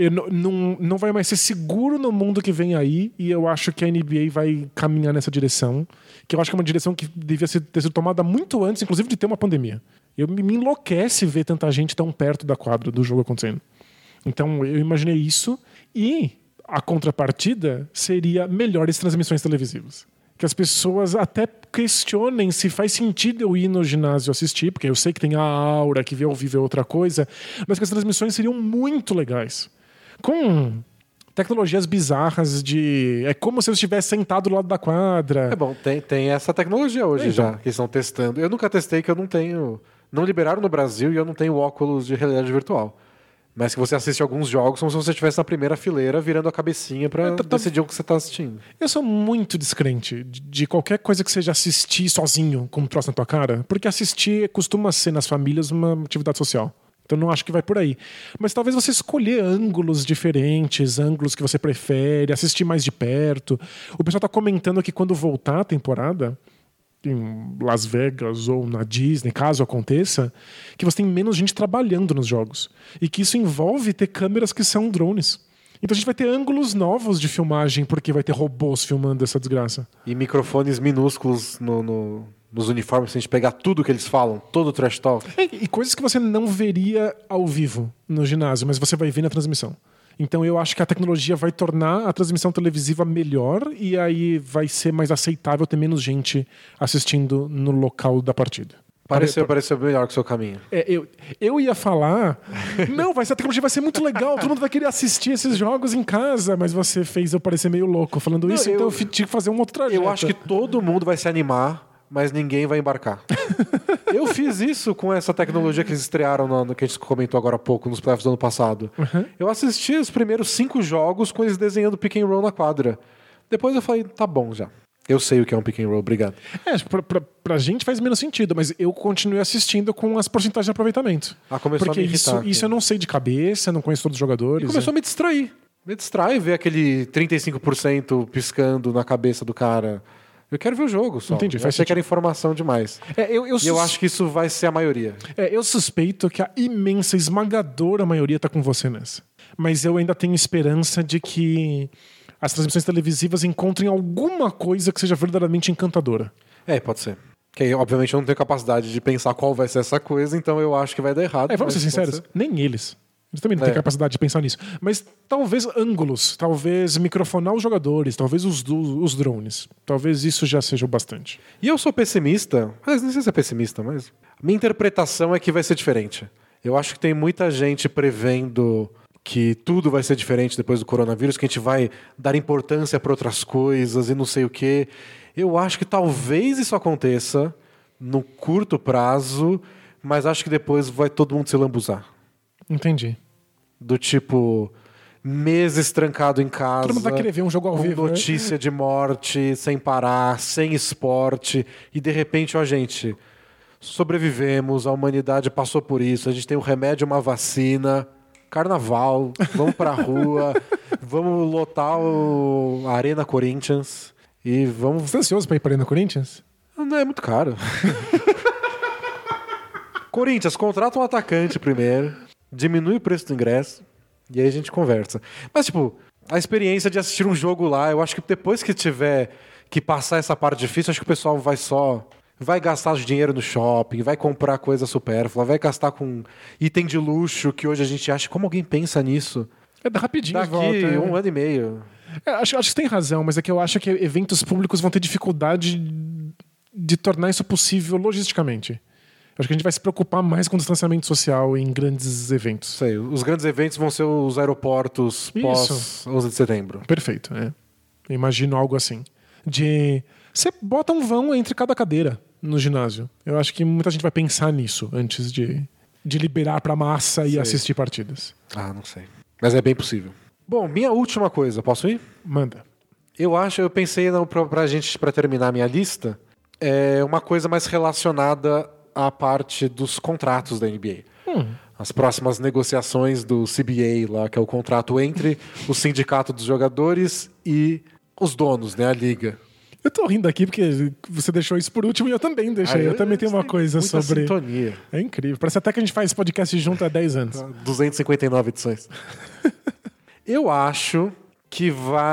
Não vai mais ser seguro no mundo que vem aí, e eu acho que a NBA vai caminhar nessa direção, que eu acho que é uma direção que devia ter sido tomada muito antes, inclusive, de ter uma pandemia. Me enlouquece ver tanta gente tão perto da quadra do jogo acontecendo. Então eu imaginei isso, e a contrapartida seria melhores transmissões televisivas. Que as pessoas até questionem se faz sentido eu ir no ginásio assistir, porque eu sei que tem a aura, que ver ao vivo é outra coisa, mas que as transmissões seriam muito legais. Com tecnologias bizarras de... É como se eu estivesse sentado do lado da quadra. É bom, tem essa tecnologia hoje já, que estão testando. Eu nunca testei, que eu não tenho... Não liberaram no Brasil e eu não tenho óculos de realidade virtual. Mas que você assiste alguns jogos como se você estivesse na primeira fileira virando a cabecinha pra decidir o que você tá assistindo. Eu sou muito descrente de qualquer coisa que seja assistir sozinho com um troço na tua cara, porque assistir costuma ser nas famílias uma atividade social. Então não acho que vai por aí. Mas talvez você escolher ângulos diferentes, ângulos que você prefere, assistir mais de perto. O pessoal tá comentando que quando voltar a temporada, em Las Vegas ou na Disney, caso aconteça, que você tem menos gente trabalhando nos jogos. E que isso envolve ter câmeras que são drones. Então a gente vai ter ângulos novos de filmagem, porque vai ter robôs filmando essa desgraça. E microfones minúsculos nos uniformes, se a gente pegar tudo que eles falam, todo o trash talk. E coisas que você não veria ao vivo no ginásio, mas você vai ver na transmissão. Então eu acho que a tecnologia vai tornar a transmissão televisiva melhor e aí vai ser mais aceitável ter menos gente assistindo no local da partida. Pareceu melhor que o seu caminho. Eu ia falar, não, a tecnologia vai ser muito legal, todo mundo vai querer assistir esses jogos em casa, mas você fez eu parecer meio louco falando isso, então eu tive que fazer um outro trajeto. Eu acho que todo mundo vai se animar, mas ninguém vai embarcar. Eu fiz isso com essa tecnologia que eles estrearam, que a gente comentou agora há pouco, nos playoffs do ano passado. Uhum. Eu assisti os primeiros 5 jogos com eles desenhando pick and roll na quadra. Depois eu falei, tá bom já. Eu sei o que é um pick and roll, obrigado. Pra gente faz menos sentido, mas eu continuei assistindo com as porcentagens de aproveitamento. Começou porque a me irritar. Isso eu não sei de cabeça, não conheço todos os jogadores. E começou a me distrair. Me distrai ver aquele 35% piscando na cabeça do cara. Eu quero ver o jogo só. Entendi. Eu achei que era informação demais. Eu acho que isso vai ser a maioria. Eu suspeito que a imensa, esmagadora maioria tá com você nessa. Mas eu ainda tenho esperança de que as transmissões televisivas encontrem alguma coisa que seja verdadeiramente encantadora. Pode ser. Que, obviamente, eu não tenho capacidade de pensar qual vai ser essa coisa, então eu acho que vai dar errado. Vamos ser sinceros, nem eles. Eles também não têm capacidade de pensar nisso. Mas talvez ângulos, talvez microfonar os jogadores, talvez os drones. Talvez isso já seja o bastante. E eu sou pessimista, mas não sei se é pessimista, mas minha interpretação é que vai ser diferente. Eu acho que tem muita gente prevendo que tudo vai ser diferente depois do coronavírus, que a gente vai dar importância para outras coisas e não sei o quê. Eu acho que talvez isso aconteça no curto prazo, mas acho que depois vai todo mundo se lambuzar. Entendi. Do tipo, meses trancado em casa. Todo mundo vai querer ver um jogo ao vivo. Com notícia de morte, sem parar, sem esporte. E de repente, gente, sobrevivemos, a humanidade passou por isso, a gente tem um remédio, uma vacina, carnaval, vamos pra rua, vamos lotar a Arena Corinthians e vamos... Você tá ansioso pra ir pra Arena Corinthians? Não, é muito caro. Corinthians, contrata um atacante primeiro. Diminui o preço do ingresso e aí a gente conversa. Mas, tipo, a experiência de assistir um jogo lá, eu acho que depois que tiver que passar essa parte difícil, acho que o pessoal vai gastar dinheiro no shopping, vai comprar coisa supérflua, vai gastar com item de luxo que hoje a gente acha. Como alguém pensa nisso? Rapidinho Daqui volta. 1 ano e meio. Acho que você tem razão, mas é que eu acho que eventos públicos vão ter dificuldade de tornar isso possível logisticamente. Acho que a gente vai se preocupar mais com o distanciamento social em grandes eventos. Sei, os grandes eventos vão ser os aeroportos pós 11 de setembro. Perfeito, Eu imagino algo assim. Você bota um vão entre cada cadeira no ginásio. Eu acho que muita gente vai pensar nisso antes de liberar pra massa e assistir partidas. Não sei. Mas é bem possível. Bom, minha última coisa, posso ir? Manda. Eu pensei pra terminar minha lista, uma coisa mais relacionada à parte dos contratos da NBA. As próximas negociações do CBA lá, que é o contrato entre o sindicato dos jogadores e os donos, né, a liga. Eu tô rindo aqui porque você deixou isso por último e eu também deixei. Eu também tenho uma coisa sobre... sintonia. É incrível. Parece até que a gente faz podcast junto há 10 anos. 259 edições. Eu acho que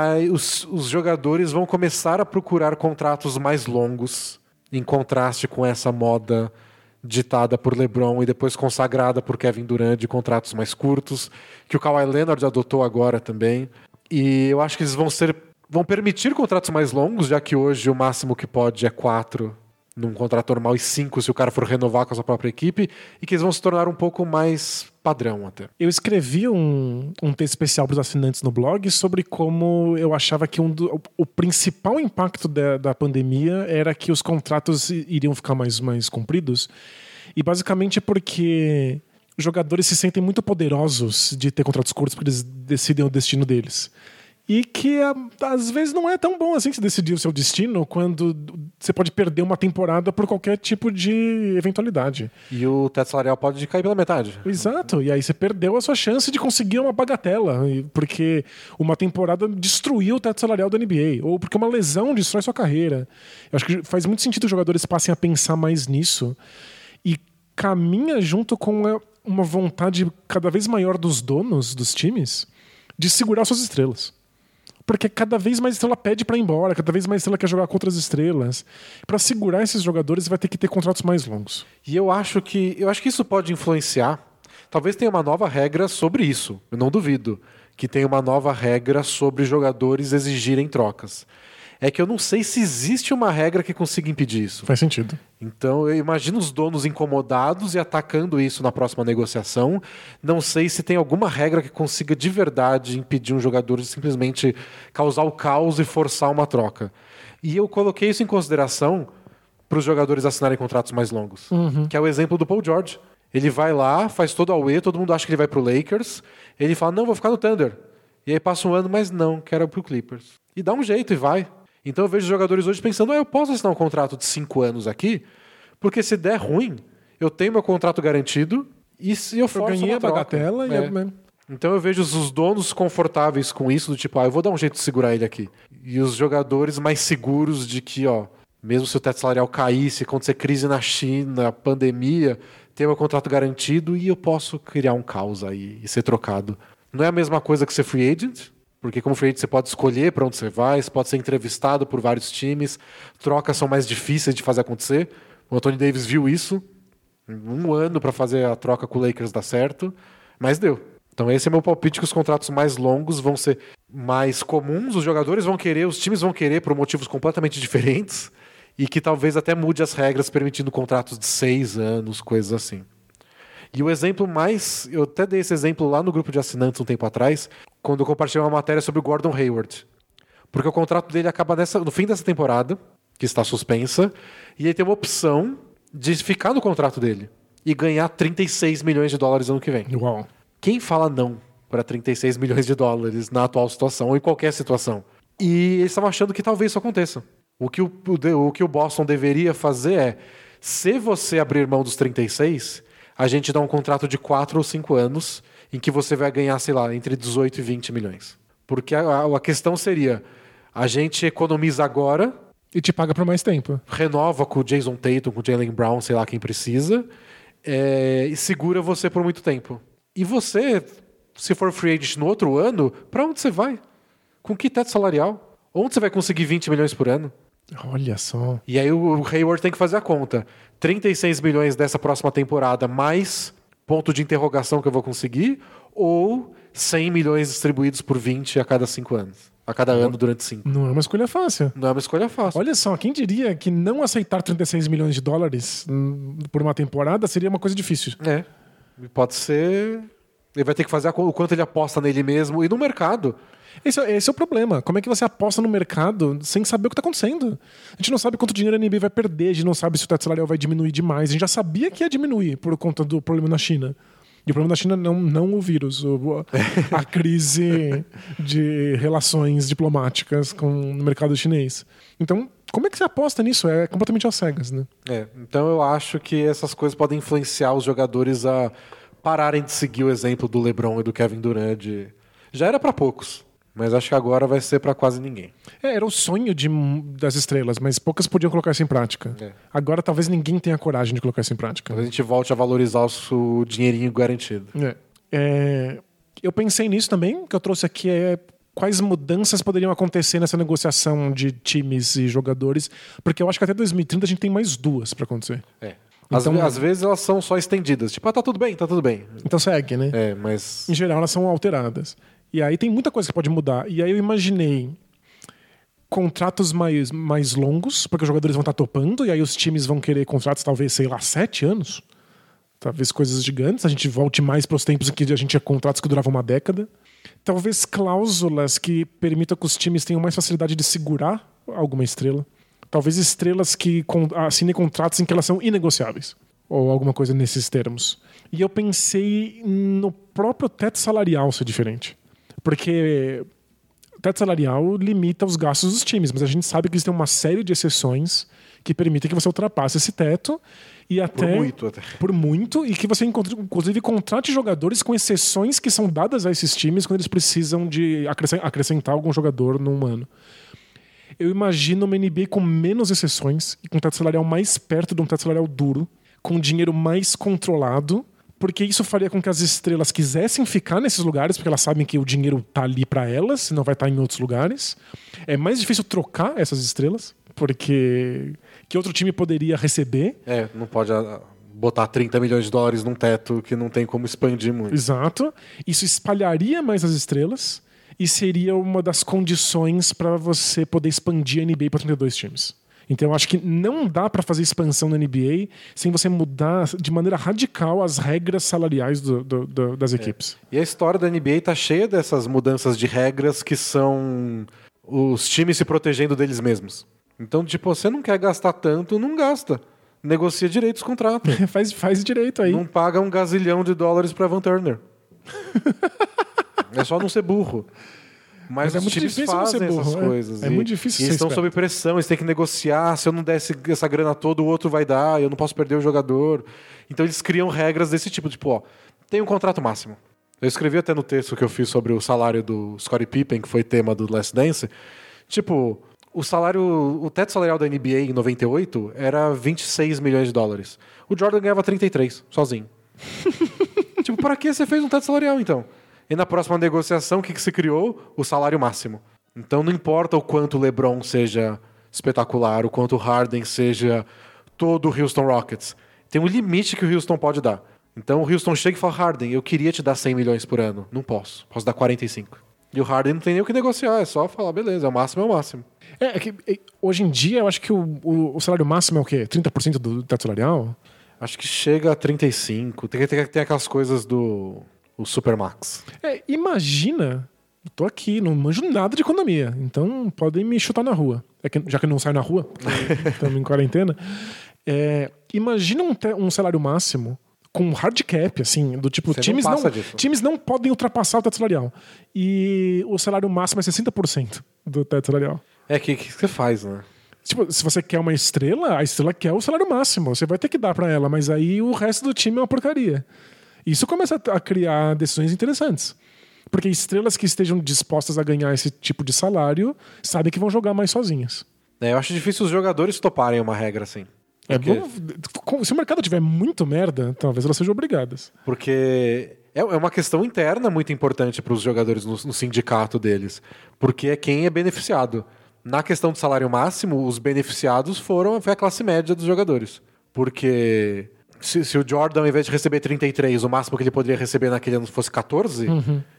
os jogadores vão começar a procurar contratos mais longos, em contraste com essa moda ditada por LeBron e depois consagrada por Kevin Durant de contratos mais curtos, que o Kawhi Leonard adotou agora também. E eu acho que eles vão permitir contratos mais longos, já que hoje o máximo que pode é 4 num contrato normal e 5 se o cara for renovar com a sua própria equipe, e que eles vão se tornar um pouco mais padrão até. Eu escrevi um texto especial para os assinantes no blog sobre como eu achava que o principal impacto da pandemia era que os contratos iriam ficar mais compridos, e basicamente porque os jogadores se sentem muito poderosos de ter contratos curtos porque eles decidem o destino deles. E que às vezes não é tão bom assim se decidir o seu destino quando você pode perder uma temporada por qualquer tipo de eventualidade. E o teto salarial pode cair pela metade. Exato, e aí você perdeu a sua chance de conseguir uma bagatela, porque uma temporada destruiu o teto salarial da NBA, ou porque uma lesão destrói sua carreira. Eu acho que faz muito sentido os jogadores passem a pensar mais nisso, e caminha junto com uma vontade cada vez maior dos donos dos times de segurar suas estrelas. Porque cada vez mais estrela pede pra ir embora, cada vez mais estrela quer jogar com outras estrelas. Pra segurar esses jogadores, vai ter que ter contratos mais longos. E eu acho que isso pode influenciar. Talvez tenha uma nova regra sobre isso. Eu não duvido que tenha uma nova regra sobre jogadores exigirem trocas. É que eu não sei se existe uma regra que consiga impedir isso. Faz sentido. Então eu imagino os donos incomodados e atacando isso na próxima negociação. Não sei se tem alguma regra que consiga de verdade impedir um jogador de simplesmente causar o caos e forçar uma troca. E eu coloquei isso em consideração para os jogadores assinarem contratos mais longos. Que é o exemplo do Paul George. Ele vai lá, faz todo a UE, todo mundo acha que ele vai pro Lakers. Ele fala, não, vou ficar no Thunder. E aí passa um ano, mas não, quero ir pro Clippers. E dá um jeito e vai. Então eu vejo jogadores hoje pensando, eu posso assinar um contrato de 5 anos aqui, porque se der ruim, eu tenho meu contrato garantido e se eu forço ganhei uma a troca. bagatela Então eu vejo os donos confortáveis com isso, do tipo, eu vou dar um jeito de segurar ele aqui. E os jogadores mais seguros de que, mesmo se o teto salarial cair, se acontecer crise na China, pandemia, ter meu contrato garantido e eu posso criar um caos aí e ser trocado. Não é a mesma coisa que ser free agent, porque como free agent você pode escolher para onde você vai, você pode ser entrevistado por vários times, trocas são mais difíceis de fazer acontecer. O Anthony Davis viu isso, 1 ano para fazer a troca com o Lakers dar certo, mas deu. Então esse é meu palpite, que os contratos mais longos vão ser mais comuns, os jogadores vão querer, os times vão querer por motivos completamente diferentes, e que talvez até mude as regras permitindo contratos de 6 anos, coisas assim. E o exemplo mais... Eu até dei esse exemplo lá no grupo de assinantes um tempo atrás, quando eu compartilhei uma matéria sobre o Gordon Hayward. Porque o contrato dele acaba no fim dessa temporada, que está suspensa, e ele tem uma opção de ficar no contrato dele e ganhar 36 milhões de dólares ano que vem. Uau. Quem fala não para 36 milhões de dólares na atual situação ou em qualquer situação? E eles estavam achando que talvez isso aconteça. O que o Boston deveria fazer é, se você abrir mão dos 36, a gente dá um contrato de 4 ou 5 anos em que você vai ganhar, sei lá, entre 18 e 20 milhões. Porque a questão seria, a gente economiza agora... E te paga por mais tempo. Renova com o Jason Tatum, com o Jaylen Brown, sei lá quem precisa, e segura você por muito tempo. E você, se for free agent no outro ano, para onde você vai? Com que teto salarial? Onde você vai conseguir 20 milhões por ano? Olha só. E aí o Hayward tem que fazer a conta. 36 milhões dessa próxima temporada, mais ponto de interrogação que eu vou conseguir, ou 100 milhões distribuídos por 20 a cada 5 anos. A cada ano durante 5. Não é uma escolha fácil. Não é uma escolha fácil. Olha só, quem diria que não aceitar 36 milhões de dólares por uma temporada seria uma coisa difícil. Pode ser... Ele vai ter que fazer o quanto ele aposta nele mesmo e no mercado. Esse é o problema. Como é que você aposta no mercado sem saber o que está acontecendo? A gente não sabe quanto dinheiro a NBA vai perder, a gente não sabe se o teto salarial vai diminuir demais. A gente já sabia que ia diminuir por conta do problema na China. E o problema da China não o vírus, a crise de relações diplomáticas no mercado chinês. Então, como é que você aposta nisso? É completamente às cegas, né? Então eu acho que essas coisas podem influenciar os jogadores a pararem de seguir o exemplo do LeBron e do Kevin Durant. Já era para poucos, mas acho que agora vai ser para quase ninguém. Era o sonho das estrelas, mas poucas podiam colocar isso em prática. Agora talvez ninguém tenha coragem de colocar isso em prática. Talvez a gente volte a valorizar o dinheirinho garantido. Eu pensei nisso também, que eu trouxe aqui quais mudanças poderiam acontecer nessa negociação de times e jogadores, porque eu acho que até 2030 a gente tem mais 2 para acontecer. Então, às vezes elas são só estendidas. Tipo, tá tudo bem, tá tudo bem. Então segue, né? Mas... Em geral elas são alteradas. E aí tem muita coisa que pode mudar. E aí eu imaginei contratos mais longos, porque os jogadores vão estar topando, e aí os times vão querer contratos talvez, 7 anos. Talvez coisas gigantes. A gente volte mais para os tempos em que a gente tinha contratos que duravam uma década. Talvez cláusulas que permitam que os times tenham mais facilidade de segurar alguma estrela. Talvez estrelas que assinem contratos em que elas são inegociáveis. Ou alguma coisa nesses termos. E eu pensei no próprio teto salarial ser diferente. Porque o teto salarial limita os gastos dos times, mas a gente sabe que existem uma série de exceções que permitem que você ultrapasse esse teto e por muito, e que você inclusive contrate jogadores com exceções que são dadas a esses times quando eles precisam de acrescentar algum jogador num ano. Eu imagino uma NBA com menos exceções e com um teto salarial mais perto de um teto salarial duro, com dinheiro mais controlado, porque isso faria com que as estrelas quisessem ficar nesses lugares, porque elas sabem que o dinheiro tá ali para elas, não vai estar em outros lugares. É mais difícil trocar essas estrelas, porque que outro time poderia receber. Não pode botar 30 milhões de dólares num teto que não tem como expandir muito. Exato. Isso espalharia mais as estrelas e seria uma das condições para você poder expandir a NBA para 32 times. Então eu acho que não dá para fazer expansão na NBA sem você mudar de maneira radical as regras salariais das equipes. E a história da NBA tá cheia dessas mudanças de regras que são os times se protegendo deles mesmos. Então, tipo, você não quer gastar tanto, não gasta. Negocia direito os contratos. faz direito aí. Não paga $1 gazilhão para Van Turner. É só não ser burro. Mas os times fazem essas coisas. É muito difícil. E eles estão sob pressão, eles têm que negociar. Se eu não der essa grana toda, o outro vai dar. Eu não posso perder o jogador. Então eles criam regras desse tipo. Tipo, tem um contrato máximo. Eu escrevi até no texto que eu fiz sobre o salário do Scottie Pippen, que foi tema do Last Dance. Tipo, o teto salarial da NBA em 98 era $26 milhões. O Jordan ganhava 33, sozinho. Tipo, para que você fez um teto salarial, então? E na próxima negociação, o que se criou? O salário máximo. Então não importa o quanto o LeBron seja espetacular, o quanto o Harden seja todo o Houston Rockets. Tem um limite que o Houston pode dar. Então o Houston chega e fala, Harden, eu queria te dar 100 milhões por ano. Não posso. Posso dar 45. E o Harden não tem nem o que negociar. É só falar, beleza, é o máximo. Hoje em dia, eu acho que o salário máximo é o quê? 30% do teto salarial? Acho que chega a 35. Tem aquelas coisas do... O Supermax. Imagina, eu tô aqui, não manjo nada de economia, então podem me chutar na rua. Já que eu não saio na rua, estamos em quarentena. Imagina um salário máximo com hard cap, assim, do tipo, times não podem ultrapassar o teto salarial. E o salário máximo é 60% do teto salarial. O que você faz, né? Tipo, se você quer uma estrela, a estrela quer o salário máximo. Você vai ter que dar pra ela, mas aí o resto do time é uma porcaria. Isso começa a criar decisões interessantes. Porque estrelas que estejam dispostas a ganhar esse tipo de salário sabem que vão jogar mais sozinhas. Eu acho difícil os jogadores toparem uma regra assim. Se o mercado tiver muito merda, talvez elas sejam obrigadas. Porque é uma questão interna muito importante para os jogadores no sindicato deles. Porque é quem é beneficiado. Na questão do salário máximo, os beneficiados foi a classe média dos jogadores. Porque... Se o Jordan, ao invés de receber 33, o máximo que ele poderia receber naquele ano fosse 14,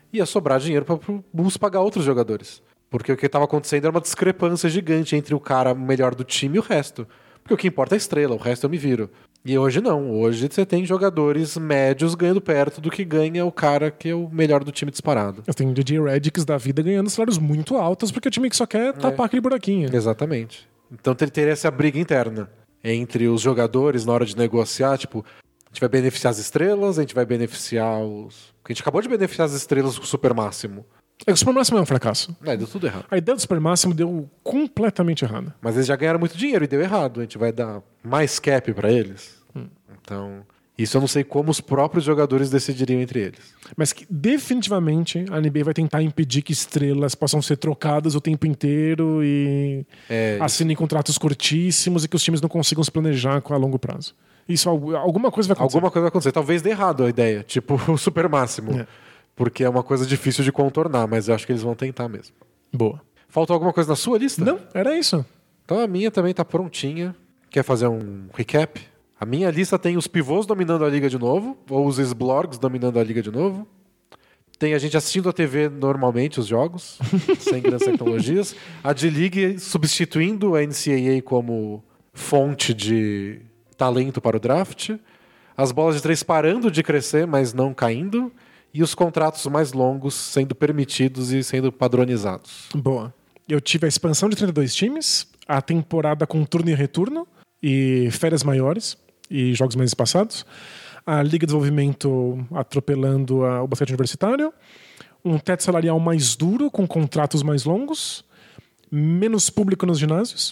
ia sobrar dinheiro para o Bulls pagar outros jogadores. Porque o que estava acontecendo era uma discrepância gigante entre o cara melhor do time e o resto. Porque o que importa é a estrela, o resto eu me viro. E hoje não. Hoje você tem jogadores médios ganhando perto do que ganha o cara que é o melhor do time disparado. Você tem DJ Redicks da vida ganhando salários muito altos porque é o time que só quer tapar aquele buraquinho. Exatamente. Então teria essa briga interna entre os jogadores na hora de negociar, tipo, a gente vai beneficiar as estrelas, a gente vai beneficiar os... Porque a gente acabou de beneficiar as estrelas com o Super Máximo. O Super Máximo é um fracasso. Deu tudo errado. A ideia do Super Máximo deu completamente errada. Mas eles já ganharam muito dinheiro e deu errado. A gente vai dar mais cap pra eles. Então, isso eu não sei como os próprios jogadores decidiriam entre eles. Mas que definitivamente a NBA vai tentar impedir que estrelas possam ser trocadas o tempo inteiro e assinem contratos curtíssimos e que os times não consigam se planejar a longo prazo. Isso, alguma coisa vai acontecer. Alguma coisa vai acontecer. Talvez dê errado a ideia. Tipo o Super Máximo. Porque é uma coisa difícil de contornar, mas eu acho que eles vão tentar mesmo. Boa. Faltou alguma coisa na sua lista? Não, era isso. Então a minha também tá prontinha. Quer fazer um recap? A minha lista tem os pivôs dominando a liga de novo, ou os Sblorgs dominando a liga de novo. Tem a gente assistindo a TV normalmente, os jogos, sem grandes tecnologias. A D-League substituindo a NCAA como fonte de talento para o draft. As bolas de três parando de crescer, mas não caindo. E os contratos mais longos sendo permitidos e sendo padronizados. Boa. Eu tive a expansão de 32 times, a temporada com turno e retorno, e férias maiores, e jogos mais espaçados. A Liga de Desenvolvimento atropelando o basquete universitário. Um teto salarial mais duro, com contratos mais longos. Menos público nos ginásios.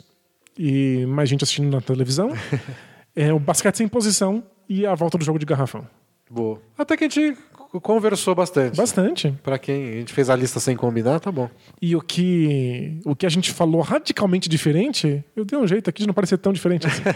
E mais gente assistindo na televisão. O basquete sem posição e a volta do jogo de garrafão. Boa. Até que a gente conversou bastante. Bastante. Pra quem a gente fez a lista sem combinar, tá bom. E o que a gente falou radicalmente diferente, eu dei um jeito aqui de não parecer tão diferente assim.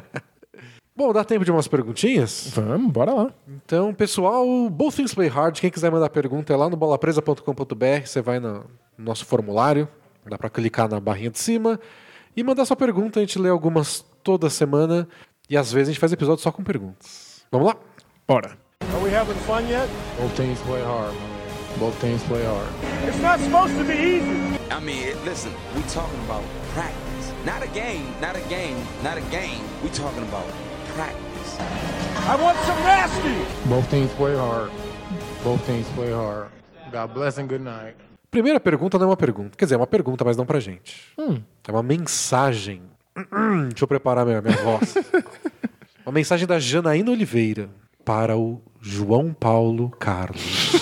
Bom, dá tempo de umas perguntinhas? Vamos, bora lá. Então, pessoal, Both Things Play Hard. Quem quiser mandar pergunta é lá no bolapresa.com.br. Você vai no nosso formulário, dá pra clicar na barrinha de cima e mandar sua pergunta. A gente lê algumas toda semana e às vezes a gente faz episódio só com perguntas. Vamos lá? Bora. Are we having fun yet? Both teams play hard, man. Both teams play hard. It's not supposed to be easy. I mean, listen, we talking about practice. Not a game, not a game, not a game. We talking about practice. I want some nasty. Both teams play hard. Both teams play hard. God bless and good night. Primeira pergunta não é uma pergunta. Quer dizer, é uma pergunta, mas não pra gente. É uma mensagem. Deixa eu preparar minha voz. Uma mensagem da Janaína Oliveira para o João Paulo Carlos.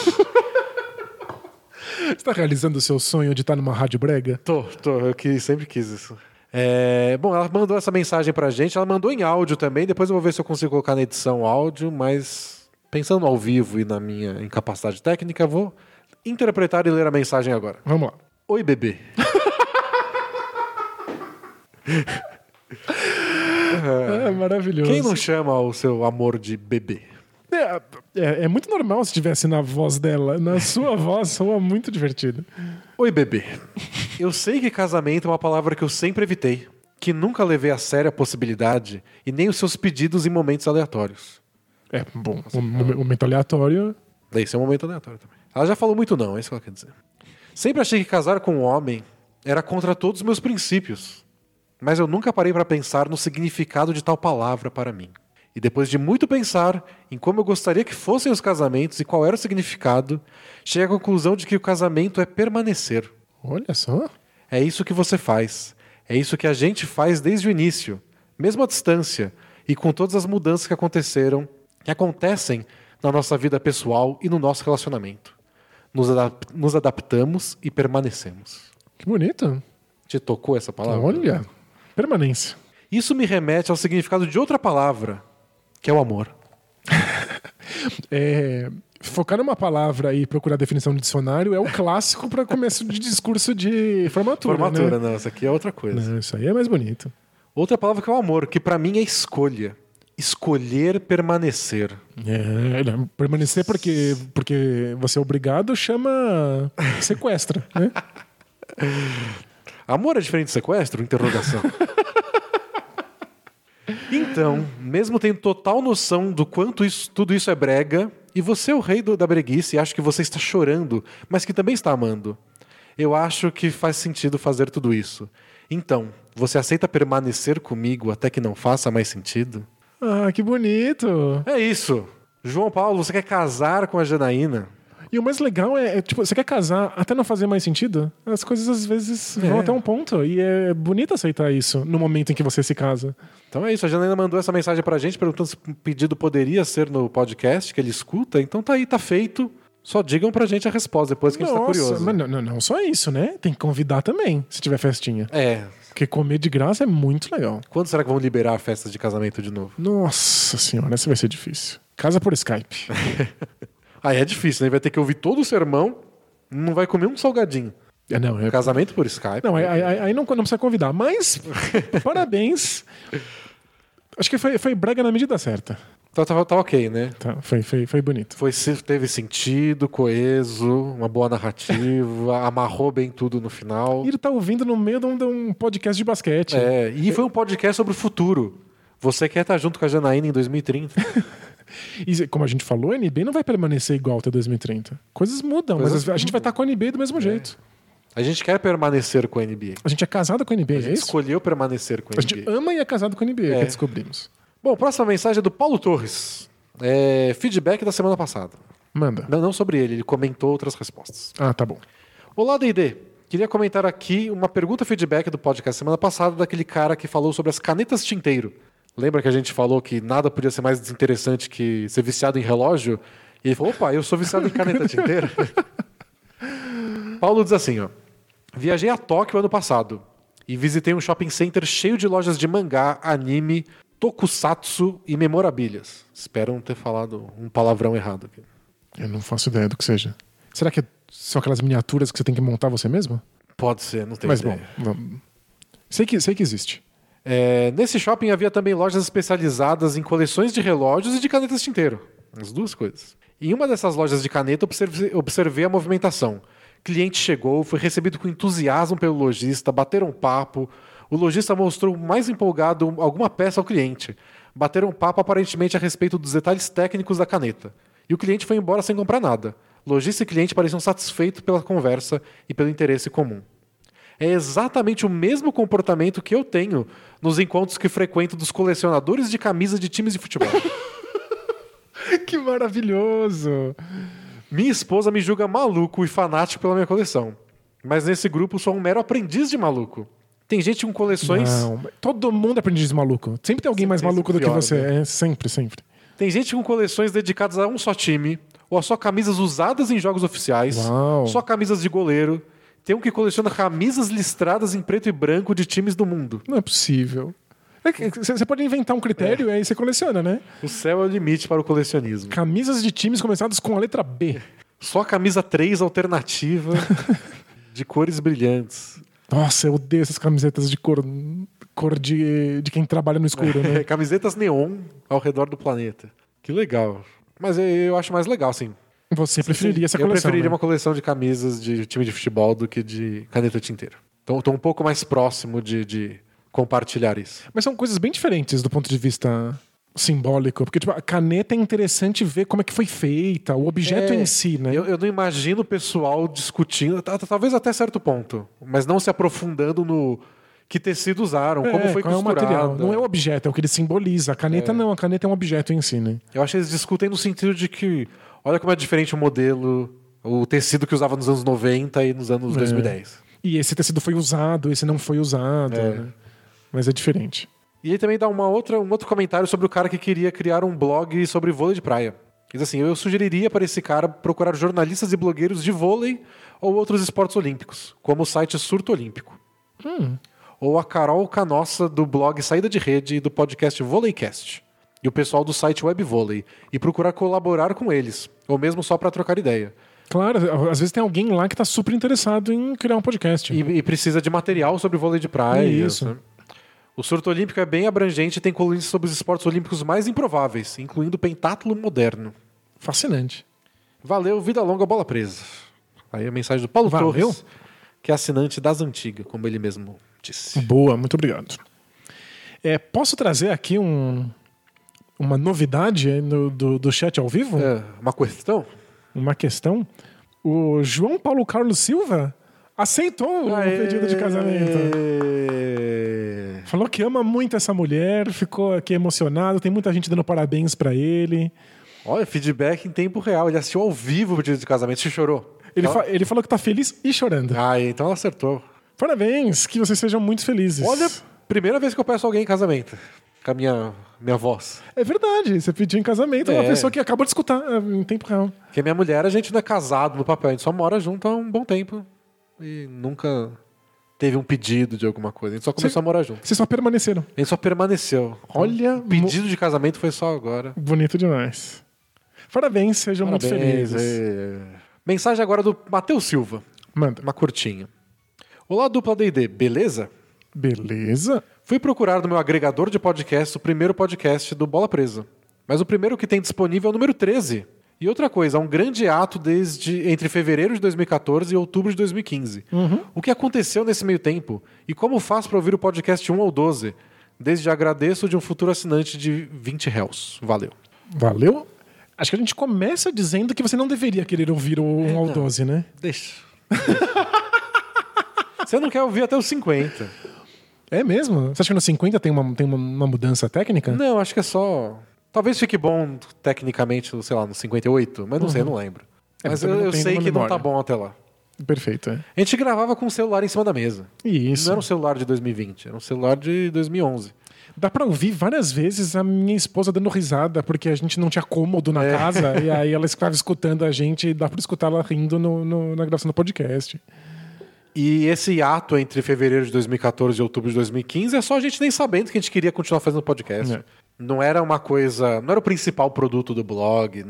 Você está realizando o seu sonho de estar numa rádio brega? Tô. Eu sempre quis isso. Bom, ela mandou essa mensagem pra gente. Ela mandou em áudio também. Depois eu vou ver se eu consigo colocar na edição áudio. Mas pensando ao vivo e na minha incapacidade técnica, vou interpretar e ler a mensagem agora. Vamos lá. Oi, bebê. É maravilhoso. Quem não chama o seu amor de bebê? É muito normal se tivesse na voz dela. Na sua voz, soa muito divertido. Oi, bebê. Eu sei que casamento é uma palavra que eu sempre evitei, que nunca levei a sério a possibilidade e nem os seus pedidos em momentos aleatórios. Bom, o momento aleatório... Esse é um momento aleatório também. Ela já falou muito não, é isso que ela quer dizer. Sempre achei que casar com um homem era contra todos os meus princípios, mas eu nunca parei para pensar no significado de tal palavra para mim. E depois de muito pensar em como eu gostaria que fossem os casamentos e qual era o significado, cheguei à conclusão de que o casamento é permanecer. Olha só. É isso que você faz. É isso que a gente faz desde o início, mesmo à distância, e com todas as mudanças que acontecem na nossa vida pessoal e no nosso relacionamento. Nos adaptamos e permanecemos. Que bonito. Te tocou essa palavra? Olha, permanência. Isso me remete ao significado de outra palavra, que é o amor. Focar numa palavra e procurar definição no dicionário é o clássico para começo de discurso de formatura. Formatura, né? não, isso aqui é outra coisa. Não, isso aí é mais bonito. Outra palavra que é o amor, que pra mim é escolha. Escolher permanecer. Permanecer porque você é obrigado chama sequestra, né? Amor é diferente de sequestro? Interrogação. Então, mesmo tendo total noção do quanto tudo isso é brega, e você é o rei da breguice e acha que você está chorando, mas que também está amando. Eu acho que faz sentido fazer tudo isso. Então, você aceita permanecer comigo até que não faça mais sentido? Ah, que bonito. É isso. João Paulo, você quer casar com a Janaína? E o mais legal tipo, você quer casar até não fazer mais sentido? As coisas às vezes vão até um ponto. E é bonito aceitar isso no momento em que você se casa. Então é isso. A Janaína mandou essa mensagem pra gente perguntando se o pedido poderia ser no podcast que ele escuta. Então tá aí, tá feito. Só digam pra gente a resposta depois que a gente tá curioso. Mas não só isso, né? Tem que convidar também, se tiver festinha. É. Porque comer de graça é muito legal. Quando será que vão liberar festas de casamento de novo? Nossa senhora, essa vai ser difícil. Casa por Skype. Aí é difícil, né? Vai ter que ouvir todo o sermão, não vai comer um salgadinho. Casamento por Skype. Não, aí não precisa convidar. Mas, parabéns. Acho que foi brega na medida certa. Tá ok, né? Tá, foi bonito. Teve sentido, coeso, uma boa narrativa, amarrou bem tudo no final. E ele tá ouvindo no meio de um podcast de basquete. E foi um podcast sobre o futuro. Você quer estar junto com a Janaína em 2030. E como a gente falou, a NBA não vai permanecer igual até 2030. Coisas mudam, mas a gente vai estar com a NBA do mesmo jeito. A gente quer permanecer com a NBA. A gente é casado com a NBA, a gente escolheu permanecer com a NBA. A gente ama e é casado com a NBA, que descobrimos. Bom, próxima mensagem é do Paulo Torres. Feedback da semana passada. Manda. Não sobre ele comentou outras respostas. Ah, tá bom. Olá, D&D. Queria comentar aqui uma pergunta feedback do podcast semana passada daquele cara que falou sobre as canetas tinteiro. Lembra que a gente falou que nada podia ser mais desinteressante que ser viciado em relógio? E ele falou, opa, eu sou viciado em caneta tinteiro. Paulo diz assim, ó. Viajei a Tóquio ano passado e visitei um shopping center cheio de lojas de mangá, anime, tokusatsu e memorabilias. Espero não ter falado um palavrão errado aqui. Eu não faço ideia do que seja. Será que são aquelas miniaturas que você tem que montar você mesmo? Pode ser, não tenho ideia. Mas bom, sei que existe. Nesse shopping havia também lojas especializadas em coleções de relógios e de canetas tinteiro. As duas coisas. Em uma dessas lojas de caneta, observei a movimentação. Cliente chegou, foi recebido com entusiasmo pelo lojista, bateram papo. O lojista mostrou mais empolgado alguma peça ao cliente. Bateram papo aparentemente a respeito dos detalhes técnicos da caneta. E o cliente foi embora sem comprar nada. Lojista e cliente pareciam satisfeitos pela conversa e pelo interesse comum. É exatamente o mesmo comportamento que eu tenho nos encontros que frequento dos colecionadores de camisas de times de futebol. Que maravilhoso! Minha esposa me julga maluco e fanático pela minha coleção. Mas nesse grupo sou um mero aprendiz de maluco. Tem gente com coleções... Não, todo mundo é aprendiz de maluco. Sempre tem alguém mais maluco do que você. Né? Sempre. Tem gente com coleções dedicadas a um só time, ou a só camisas usadas em jogos oficiais, só camisas de goleiro. Tem um que coleciona camisas listradas em preto e branco de times do mundo. Não é possível. Você pode inventar um critério e aí você coleciona, né? O céu é o limite para o colecionismo. Camisas de times começadas com a letra B. Só camisa 3 alternativa de cores brilhantes. Nossa, eu odeio essas camisetas de cor de quem trabalha no escuro, né? Camisetas neon ao redor do planeta. Que legal. Mas eu acho mais legal, assim. Você preferiria essa coleção? Eu preferiria, né? uma coleção de camisas de time de futebol do que de caneta tinteiro. Então estou um pouco mais próximo de compartilhar isso. Mas são coisas bem diferentes do ponto de vista simbólico. Porque tipo, a caneta é interessante ver como é que foi feita, o objeto em si, né? Eu não imagino o pessoal discutindo, talvez até certo ponto, mas não se aprofundando no que tecido usaram, como foi costurado. É o material. Não é o objeto, é o que ele simboliza. A caneta não, a caneta é um objeto em si, né? Eu acho que eles discutem no sentido de que olha como é diferente o modelo, o tecido que usava nos anos 90 e nos anos 2010. E esse tecido foi usado, esse não foi usado, né? Mas é diferente. E ele também dá um outro comentário sobre o cara que queria criar um blog sobre vôlei de praia. Diz assim, eu sugeriria para esse cara procurar jornalistas e blogueiros de vôlei ou outros esportes olímpicos, como o site Surto Olímpico. Ou a Carol Canossa do blog Saída de Rede e do podcast Vôleicast. E o pessoal do site Web Vôlei. E procurar colaborar com eles, ou mesmo só para trocar ideia. Claro, às vezes tem alguém lá que está super interessado em criar um podcast. E precisa de material sobre vôlei de praia. Isso. Né? O Surto Olímpico é bem abrangente e tem colunas sobre os esportes olímpicos mais improváveis, incluindo o pentátulo moderno. Fascinante. Valeu, vida longa, bola presa. Aí a mensagem do Paulo Torres, que é assinante das antigas, como ele mesmo disse. Boa, muito obrigado. Posso trazer aqui um uma novidade do chat ao vivo, Uma questão? uma questão. O João Paulo Carlos Silva aceitou o pedido de casamento. Falou que ama muito essa mulher, ficou aqui emocionado, tem muita gente dando parabéns pra ele. Olha, feedback em tempo real. Ele assistiu ao vivo o pedido de casamento. Você chorou? Ele falou que tá feliz e chorando. Então ela acertou. Parabéns, que vocês sejam muito felizes. Olha, primeira vez que eu peço alguém em casamento. Com a minha voz. É verdade, você pediu em casamento uma pessoa que acabou de escutar em tempo real. Porque minha mulher, a gente não é casado no papel, a gente só mora junto há um bom tempo. E nunca teve um pedido de alguma coisa. A gente só começou a morar junto. Vocês só permaneceram. A gente só permaneceu. Olha, O pedido de casamento foi só agora. Bonito demais. Parabéns, sejam muito felizes. Mensagem agora do Matheus Silva. Manda. Uma curtinha. Olá, dupla D&D, beleza? Beleza? Fui procurar no meu agregador de podcast o primeiro podcast do Bola Presa. Mas o primeiro que tem disponível é o número 13. E outra coisa, há um grande ato entre fevereiro de 2014 e outubro de 2015. O que aconteceu nesse meio tempo? E como faço para ouvir o podcast 1 ou 12? Desde já agradeço de um futuro assinante de 20 réus. Valeu. Valeu? Acho que a gente começa dizendo que você não deveria querer ouvir o 1 ao 12, né? Deixa. Você não quer ouvir até os 50. É mesmo? Você acha que no 50 tem uma mudança técnica? Não, acho que é só... Talvez fique bom tecnicamente, sei lá, no 58, mas não sei, eu não lembro. Mas eu sei que não tá bom até lá. Perfeito, é. A gente gravava com o celular em cima da mesa. Isso. Não era um celular de 2020, era um celular de 2011. Dá pra ouvir várias vezes a minha esposa dando risada, porque a gente não tinha cômodo na casa, e aí ela estava escutando a gente, e dá pra escutar ela rindo na gravação do podcast. E esse ato entre fevereiro de 2014 e outubro de 2015 é só a gente nem sabendo que a gente queria continuar fazendo podcast. Não era uma coisa... Não era o principal produto do blog,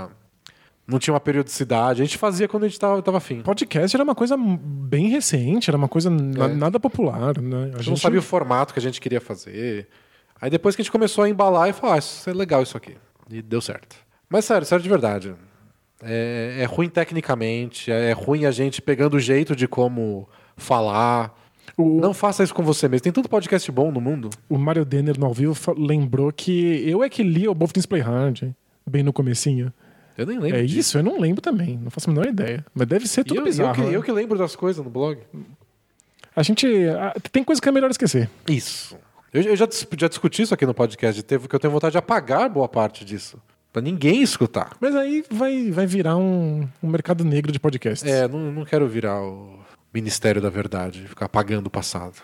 não tinha uma periodicidade. A gente fazia quando a gente tava afim. Podcast era uma coisa bem recente, era uma coisa nada popular, né? A gente não sabia o formato que a gente queria fazer. Aí depois que a gente começou a embalar e falar, isso é legal isso aqui. E deu certo. Mas sério de verdade. É ruim tecnicamente, é ruim a gente pegando o jeito de como falar. Não faça isso com você mesmo. Tem tanto podcast bom no mundo. O Mário Denner no ao vivo lembrou que eu é que li o Both Things Play Hard, bem no comecinho. Eu nem lembro disso. Isso, eu não lembro também. Não faço a menor ideia. Mas deve ser tudo bizarro. Eu que lembro das coisas no blog. A gente... Tem coisa que é melhor esquecer. Isso. Eu já discuti isso aqui no podcast, que eu tenho vontade de apagar boa parte disso. Pra ninguém escutar. Mas aí vai virar um mercado negro de podcasts. Não quero virar o Ministério da Verdade, ficar apagando o passado.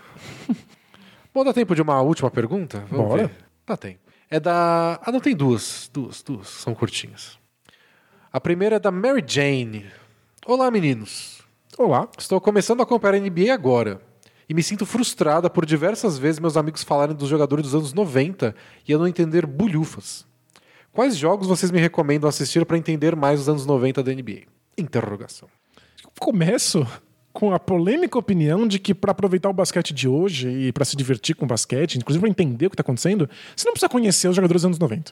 Bom, dá tempo de uma última pergunta? Vamos ver. Dá tempo. É da... não, tem duas. São curtinhas. A primeira é da Mary Jane. Olá, meninos. Olá. Estou começando a acompanhar a NBA agora. E me sinto frustrada por diversas vezes meus amigos falarem dos jogadores dos anos 90 e eu não entender bulhufas. Quais jogos vocês me recomendam assistir para entender mais os anos 90 da NBA? Interrogação. Começo com a polêmica opinião de que para aproveitar o basquete de hoje e para se divertir com o basquete, inclusive para entender o que está acontecendo, você não precisa conhecer os jogadores dos anos 90.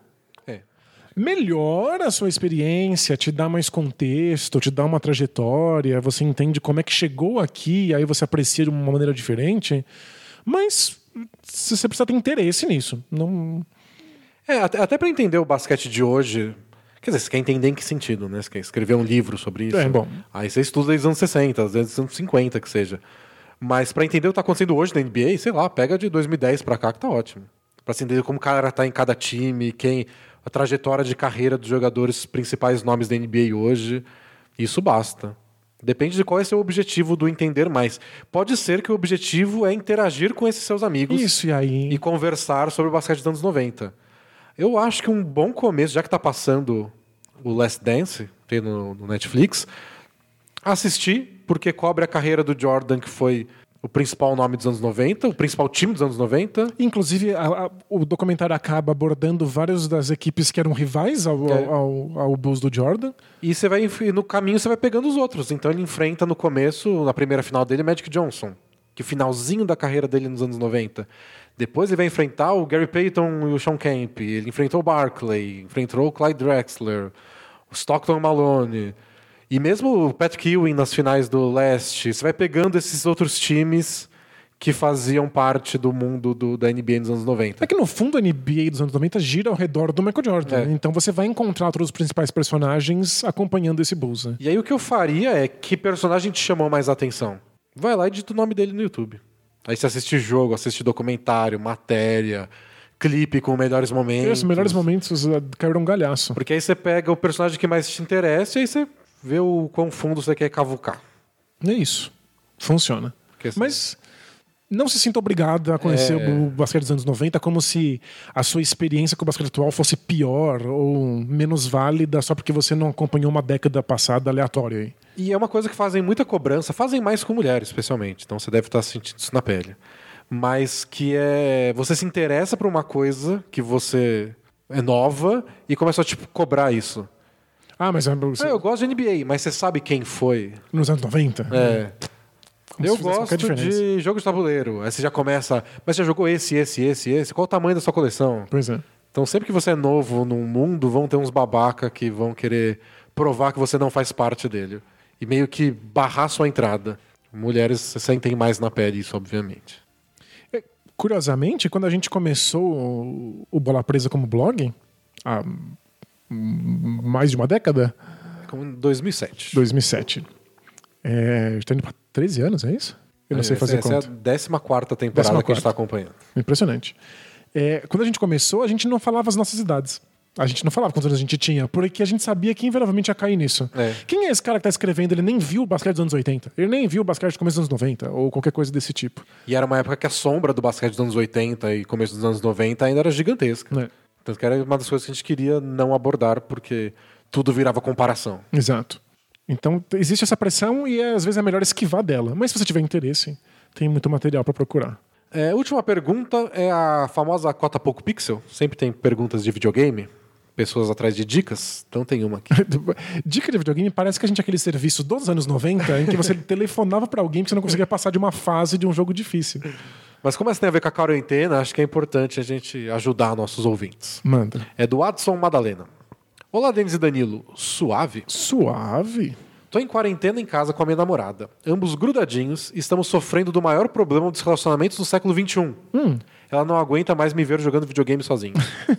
Melhora a sua experiência, te dá mais contexto, te dá uma trajetória, você entende como é que chegou aqui, aí você aprecia de uma maneira diferente, mas você precisa ter interesse nisso. Não... até para entender o basquete de hoje, quer dizer, você quer entender em que sentido, né? Você quer escrever um livro sobre isso, bom. Aí você estuda desde os anos 60, desde os anos 50, que seja. Mas para entender o que está acontecendo hoje na NBA, sei lá, pega de 2010 para cá que tá ótimo. Para entender como o cara tá em cada time, a trajetória de carreira dos jogadores principais nomes da NBA hoje, isso basta. Depende de qual é o seu objetivo do entender mais. Pode ser que o objetivo é interagir com esses seus amigos isso, e aí? E conversar sobre o basquete dos anos 90. Eu acho que um bom começo, já que está passando o Last Dance, tem no Netflix, assistir, porque cobre a carreira do Jordan, que foi o principal nome dos anos 90, o principal time dos anos 90. Inclusive, o documentário acaba abordando várias das equipes que eram rivais ao Bulls do Jordan. E no caminho você vai pegando os outros. Então ele enfrenta no começo, na primeira final dele, Magic Johnson, que finalzinho da carreira dele nos anos 90. Depois ele vai enfrentar o Gary Payton e o Sean Kemp. Ele enfrentou o Barkley, enfrentou o Clyde Drexler, o Stockton Malone... E mesmo o Patrick Ewing nas finais do leste, você vai pegando esses outros times que faziam parte do mundo da NBA nos anos 90. É que no fundo a NBA dos anos 90 gira ao redor do Michael Jordan. É. Né? Então você vai encontrar todos os principais personagens acompanhando esse Bulls. Né? E aí o que eu faria é que personagem te chamou mais atenção? Vai lá e digita o nome dele no YouTube. Aí você assiste jogo, assiste documentário, matéria, clipe com melhores momentos. Os melhores momentos caíram um galhaço. Porque aí você pega o personagem que mais te interessa e aí você vê o quão fundo você quer cavucar. É isso. Funciona. Porque, Mas não se sinta obrigado a conhecer o basquete dos anos 90 como se a sua experiência com o basquete atual fosse pior ou menos válida só porque você não acompanhou uma década passada aleatória aí. E é uma coisa que fazem muita cobrança, fazem mais com mulheres, especialmente. Então você deve estar sentindo isso na pele. Mas que é... Você se interessa por uma coisa que você é nova e começa a, tipo, cobrar isso. Ah, mas Eu gosto de NBA, mas você sabe quem foi? nos anos 90? É... Como se Eu fizesse qualquer gosto diferença. de jogo de tabuleiro. Aí você já começa... Mas você já jogou esse? Qual o tamanho da sua coleção? Pois é. Então sempre que você é novo num mundo, vão ter uns babaca que vão querer provar que você não faz parte dele. E meio que barrar sua entrada. Mulheres sentem mais na pele isso, obviamente. Curiosamente, quando a gente começou o Bola Presa como blog, há mais de uma década, Como em 2007. 2007. Está indo para 13 anos, é isso? Eu não sei fazer essa conta. é a 14ª temporada que a gente 14ª. está acompanhando. Impressionante. Quando a gente começou, a gente não falava as nossas idades. A gente não falava quantos anos a gente tinha, porque a gente sabia que invariavelmente ia cair nisso. É. Quem é esse cara que tá escrevendo? Ele nem viu o basquete dos anos 80. Ele nem viu o basquete do começo dos anos 90, ou qualquer coisa desse tipo. E era uma época que a sombra do basquete dos anos 80 e começo dos anos 90 ainda era gigantesca. Né? Tanto que era uma das coisas que a gente queria não abordar, porque tudo virava comparação. Exato. Então, existe essa pressão e às vezes é melhor esquivar dela. Mas se você tiver interesse, tem muito material para procurar. Última pergunta é a famosa cota pouco pixel. Sempre tem perguntas de videogame. Pessoas atrás de dicas. Então tem uma aqui. Dica de videogame, parece que a gente tinha aquele serviço dos anos 90 em que você telefonava para alguém porque você não conseguia passar de uma fase de um jogo difícil. Mas como essa tem a ver com a quarentena, acho que é importante a gente ajudar nossos ouvintes. Manda. É do Adson Madalena. Olá, Denis e Danilo. Suave? Suave? Tô em quarentena em casa com a minha namorada. Ambos grudadinhos e estamos sofrendo do maior problema dos relacionamentos do século XXI. Ela não aguenta mais me ver jogando videogame sozinho.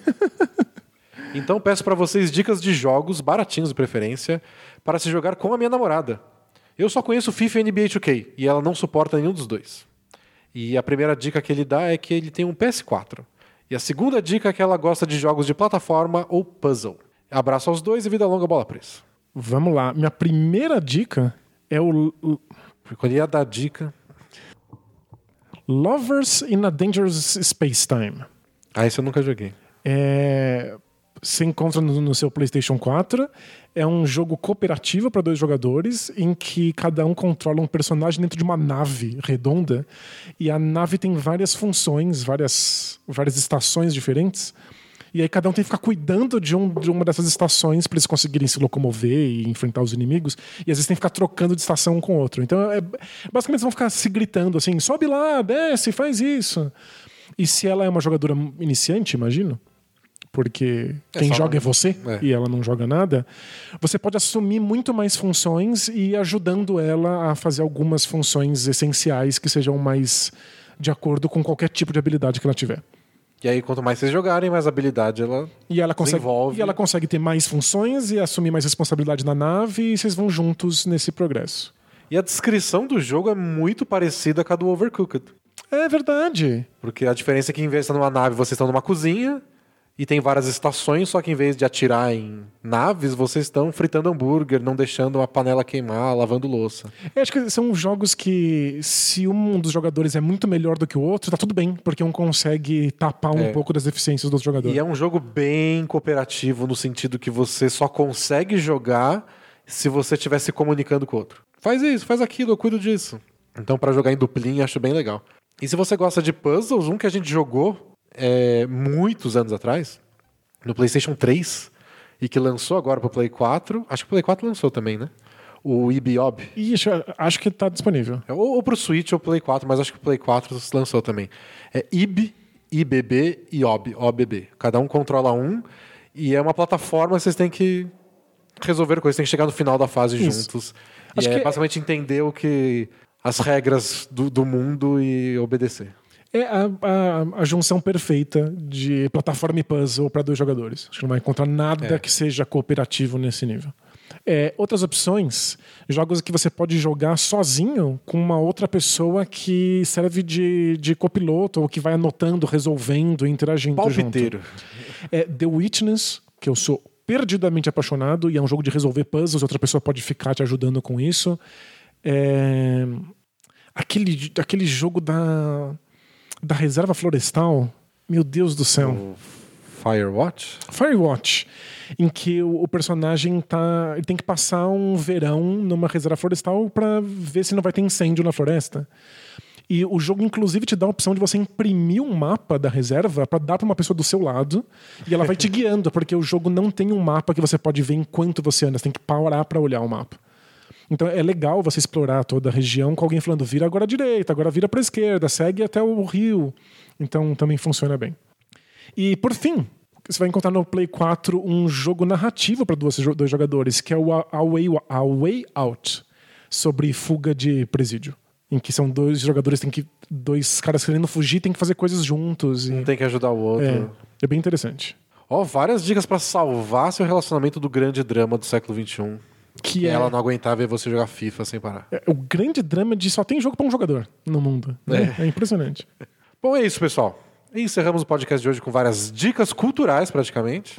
Então peço pra vocês dicas de jogos, baratinhos de preferência, para se jogar com a minha namorada. Eu só conheço FIFA e NBA 2K e ela não suporta nenhum dos dois. E a primeira dica que ele dá é que ele tem um PS4. E a segunda dica é que ela gosta de jogos de plataforma ou puzzle. Abraço aos dois e vida longa, bola presa. Vamos lá. Minha primeira dica é o Quando ia dar dica... Lovers in a Dangerous Space Time. Ah, esse eu nunca joguei. Você encontra no seu PlayStation 4. É um jogo cooperativo para 2 jogadores em que cada um controla um personagem dentro de uma nave redonda. E a nave tem várias funções, várias estações diferentes. E aí cada um tem que ficar cuidando de uma dessas estações para eles conseguirem se locomover e enfrentar os inimigos. E às vezes tem que ficar trocando de estação um com o outro. Então, basicamente eles vão ficar se gritando assim, sobe lá, desce, faz isso. E se ela é uma jogadora iniciante, imagino, porque quem joga é você e ela não joga nada, você pode assumir muito mais funções e ir ajudando ela a fazer algumas funções essenciais que sejam mais de acordo com qualquer tipo de habilidade que ela tiver. E aí, quanto mais vocês jogarem, mais habilidade ela desenvolve. E ela consegue ter mais funções e assumir mais responsabilidade na nave e vocês vão juntos nesse progresso. E a descrição do jogo é muito parecida com a do Overcooked. É verdade. Porque a diferença é que em vez de estar numa nave, vocês estão numa cozinha e tem várias estações, só que em vez de atirar em naves, vocês estão fritando hambúrguer, não deixando a panela queimar, lavando louça. Eu acho que são jogos que, se um dos jogadores é muito melhor do que o outro, tá tudo bem, porque um consegue tapar um pouco das deficiências dos jogadores. E é um jogo bem cooperativo, no sentido que você só consegue jogar se você estiver se comunicando com o outro. Faz isso, faz aquilo, eu cuido disso. Então, pra jogar em duplinha, acho bem legal. E se você gosta de puzzles, um que a gente jogou muitos anos atrás, no PlayStation 3, e que lançou agora pro Play 4. Acho que o Play 4 lançou também, né? O Ibiob. Ixi, acho que tá disponível. Ou pro Switch ou Play 4, mas acho que o Play 4 lançou também. É IBB e OBB. Cada um controla um, e é uma plataforma, vocês têm que resolver coisas, têm que chegar no final da fase juntos. Acho E que basicamente entender o que as regras do mundo e obedecer. É a junção perfeita de plataforma e puzzle para 2 jogadores. Acho que não vai encontrar nada que seja cooperativo nesse nível. Outras opções, jogos que você pode jogar sozinho com uma outra pessoa que serve de copiloto ou que vai anotando, resolvendo, interagindo Palpiteiro. junto. The Witness, que eu sou perdidamente apaixonado e é um jogo de resolver puzzles, outra pessoa pode ficar te ajudando com isso. Aquele jogo da reserva florestal, meu Deus do céu. O Firewatch, em que o personagem ele tem que passar um verão numa reserva florestal para ver se não vai ter incêndio na floresta. E o jogo, inclusive, te dá a opção de você imprimir um mapa da reserva para dar para uma pessoa do seu lado e ela vai te guiando, porque o jogo não tem um mapa que você pode ver enquanto você anda, você tem que parar para olhar o mapa. Então é legal você explorar toda a região com alguém falando, vira agora à direita, agora vira para a esquerda, segue até o rio. Então também funciona bem. E por fim, você vai encontrar no Play 4 um jogo narrativo para 2 jogadores, que é o A Way Out, sobre fuga de presídio. Em que são 2 jogadores, 2 caras querendo fugir, tem que fazer coisas juntos. Um tem que ajudar o outro. É bem interessante. Várias dicas para salvar seu relacionamento do grande drama do século XXI. Que ela não aguentar ver você jogar FIFA sem parar. O grande drama de só tem jogo para um jogador no mundo. É impressionante. Bom, é isso, pessoal. Encerramos o podcast de hoje com várias dicas culturais, praticamente.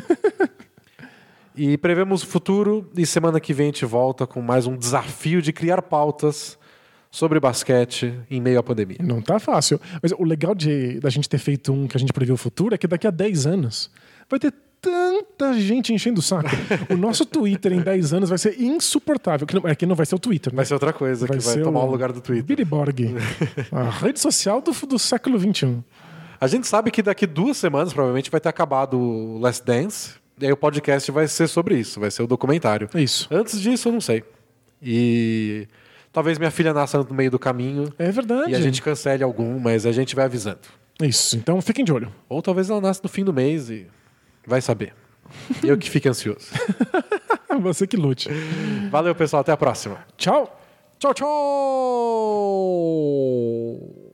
E prevemos o futuro. E semana que vem a gente volta com mais um desafio de criar pautas sobre basquete em meio à pandemia. Não tá fácil. Mas o legal da gente ter feito um que a gente prevê o futuro é que daqui a 10 anos vai ter tanta gente enchendo o saco. O nosso Twitter em 10 anos vai ser insuportável. Que não vai ser o Twitter, né? Vai ser outra coisa que vai tomar o lugar do Twitter. Billy Borg. A rede social do século XXI. A gente sabe que daqui 2 semanas provavelmente vai ter acabado o Last Dance. E aí o podcast vai ser sobre isso. Vai ser o documentário. Isso. Antes disso, eu não sei. E talvez minha filha nasça no meio do caminho. É verdade. E a gente cancele algum, mas a gente vai avisando. Isso. Então fiquem de olho. Ou talvez ela nasça no fim do mês e vai saber. Eu que fique ansioso. Você que lute. Valeu, pessoal. Até a próxima. Tchau. Tchau, tchau!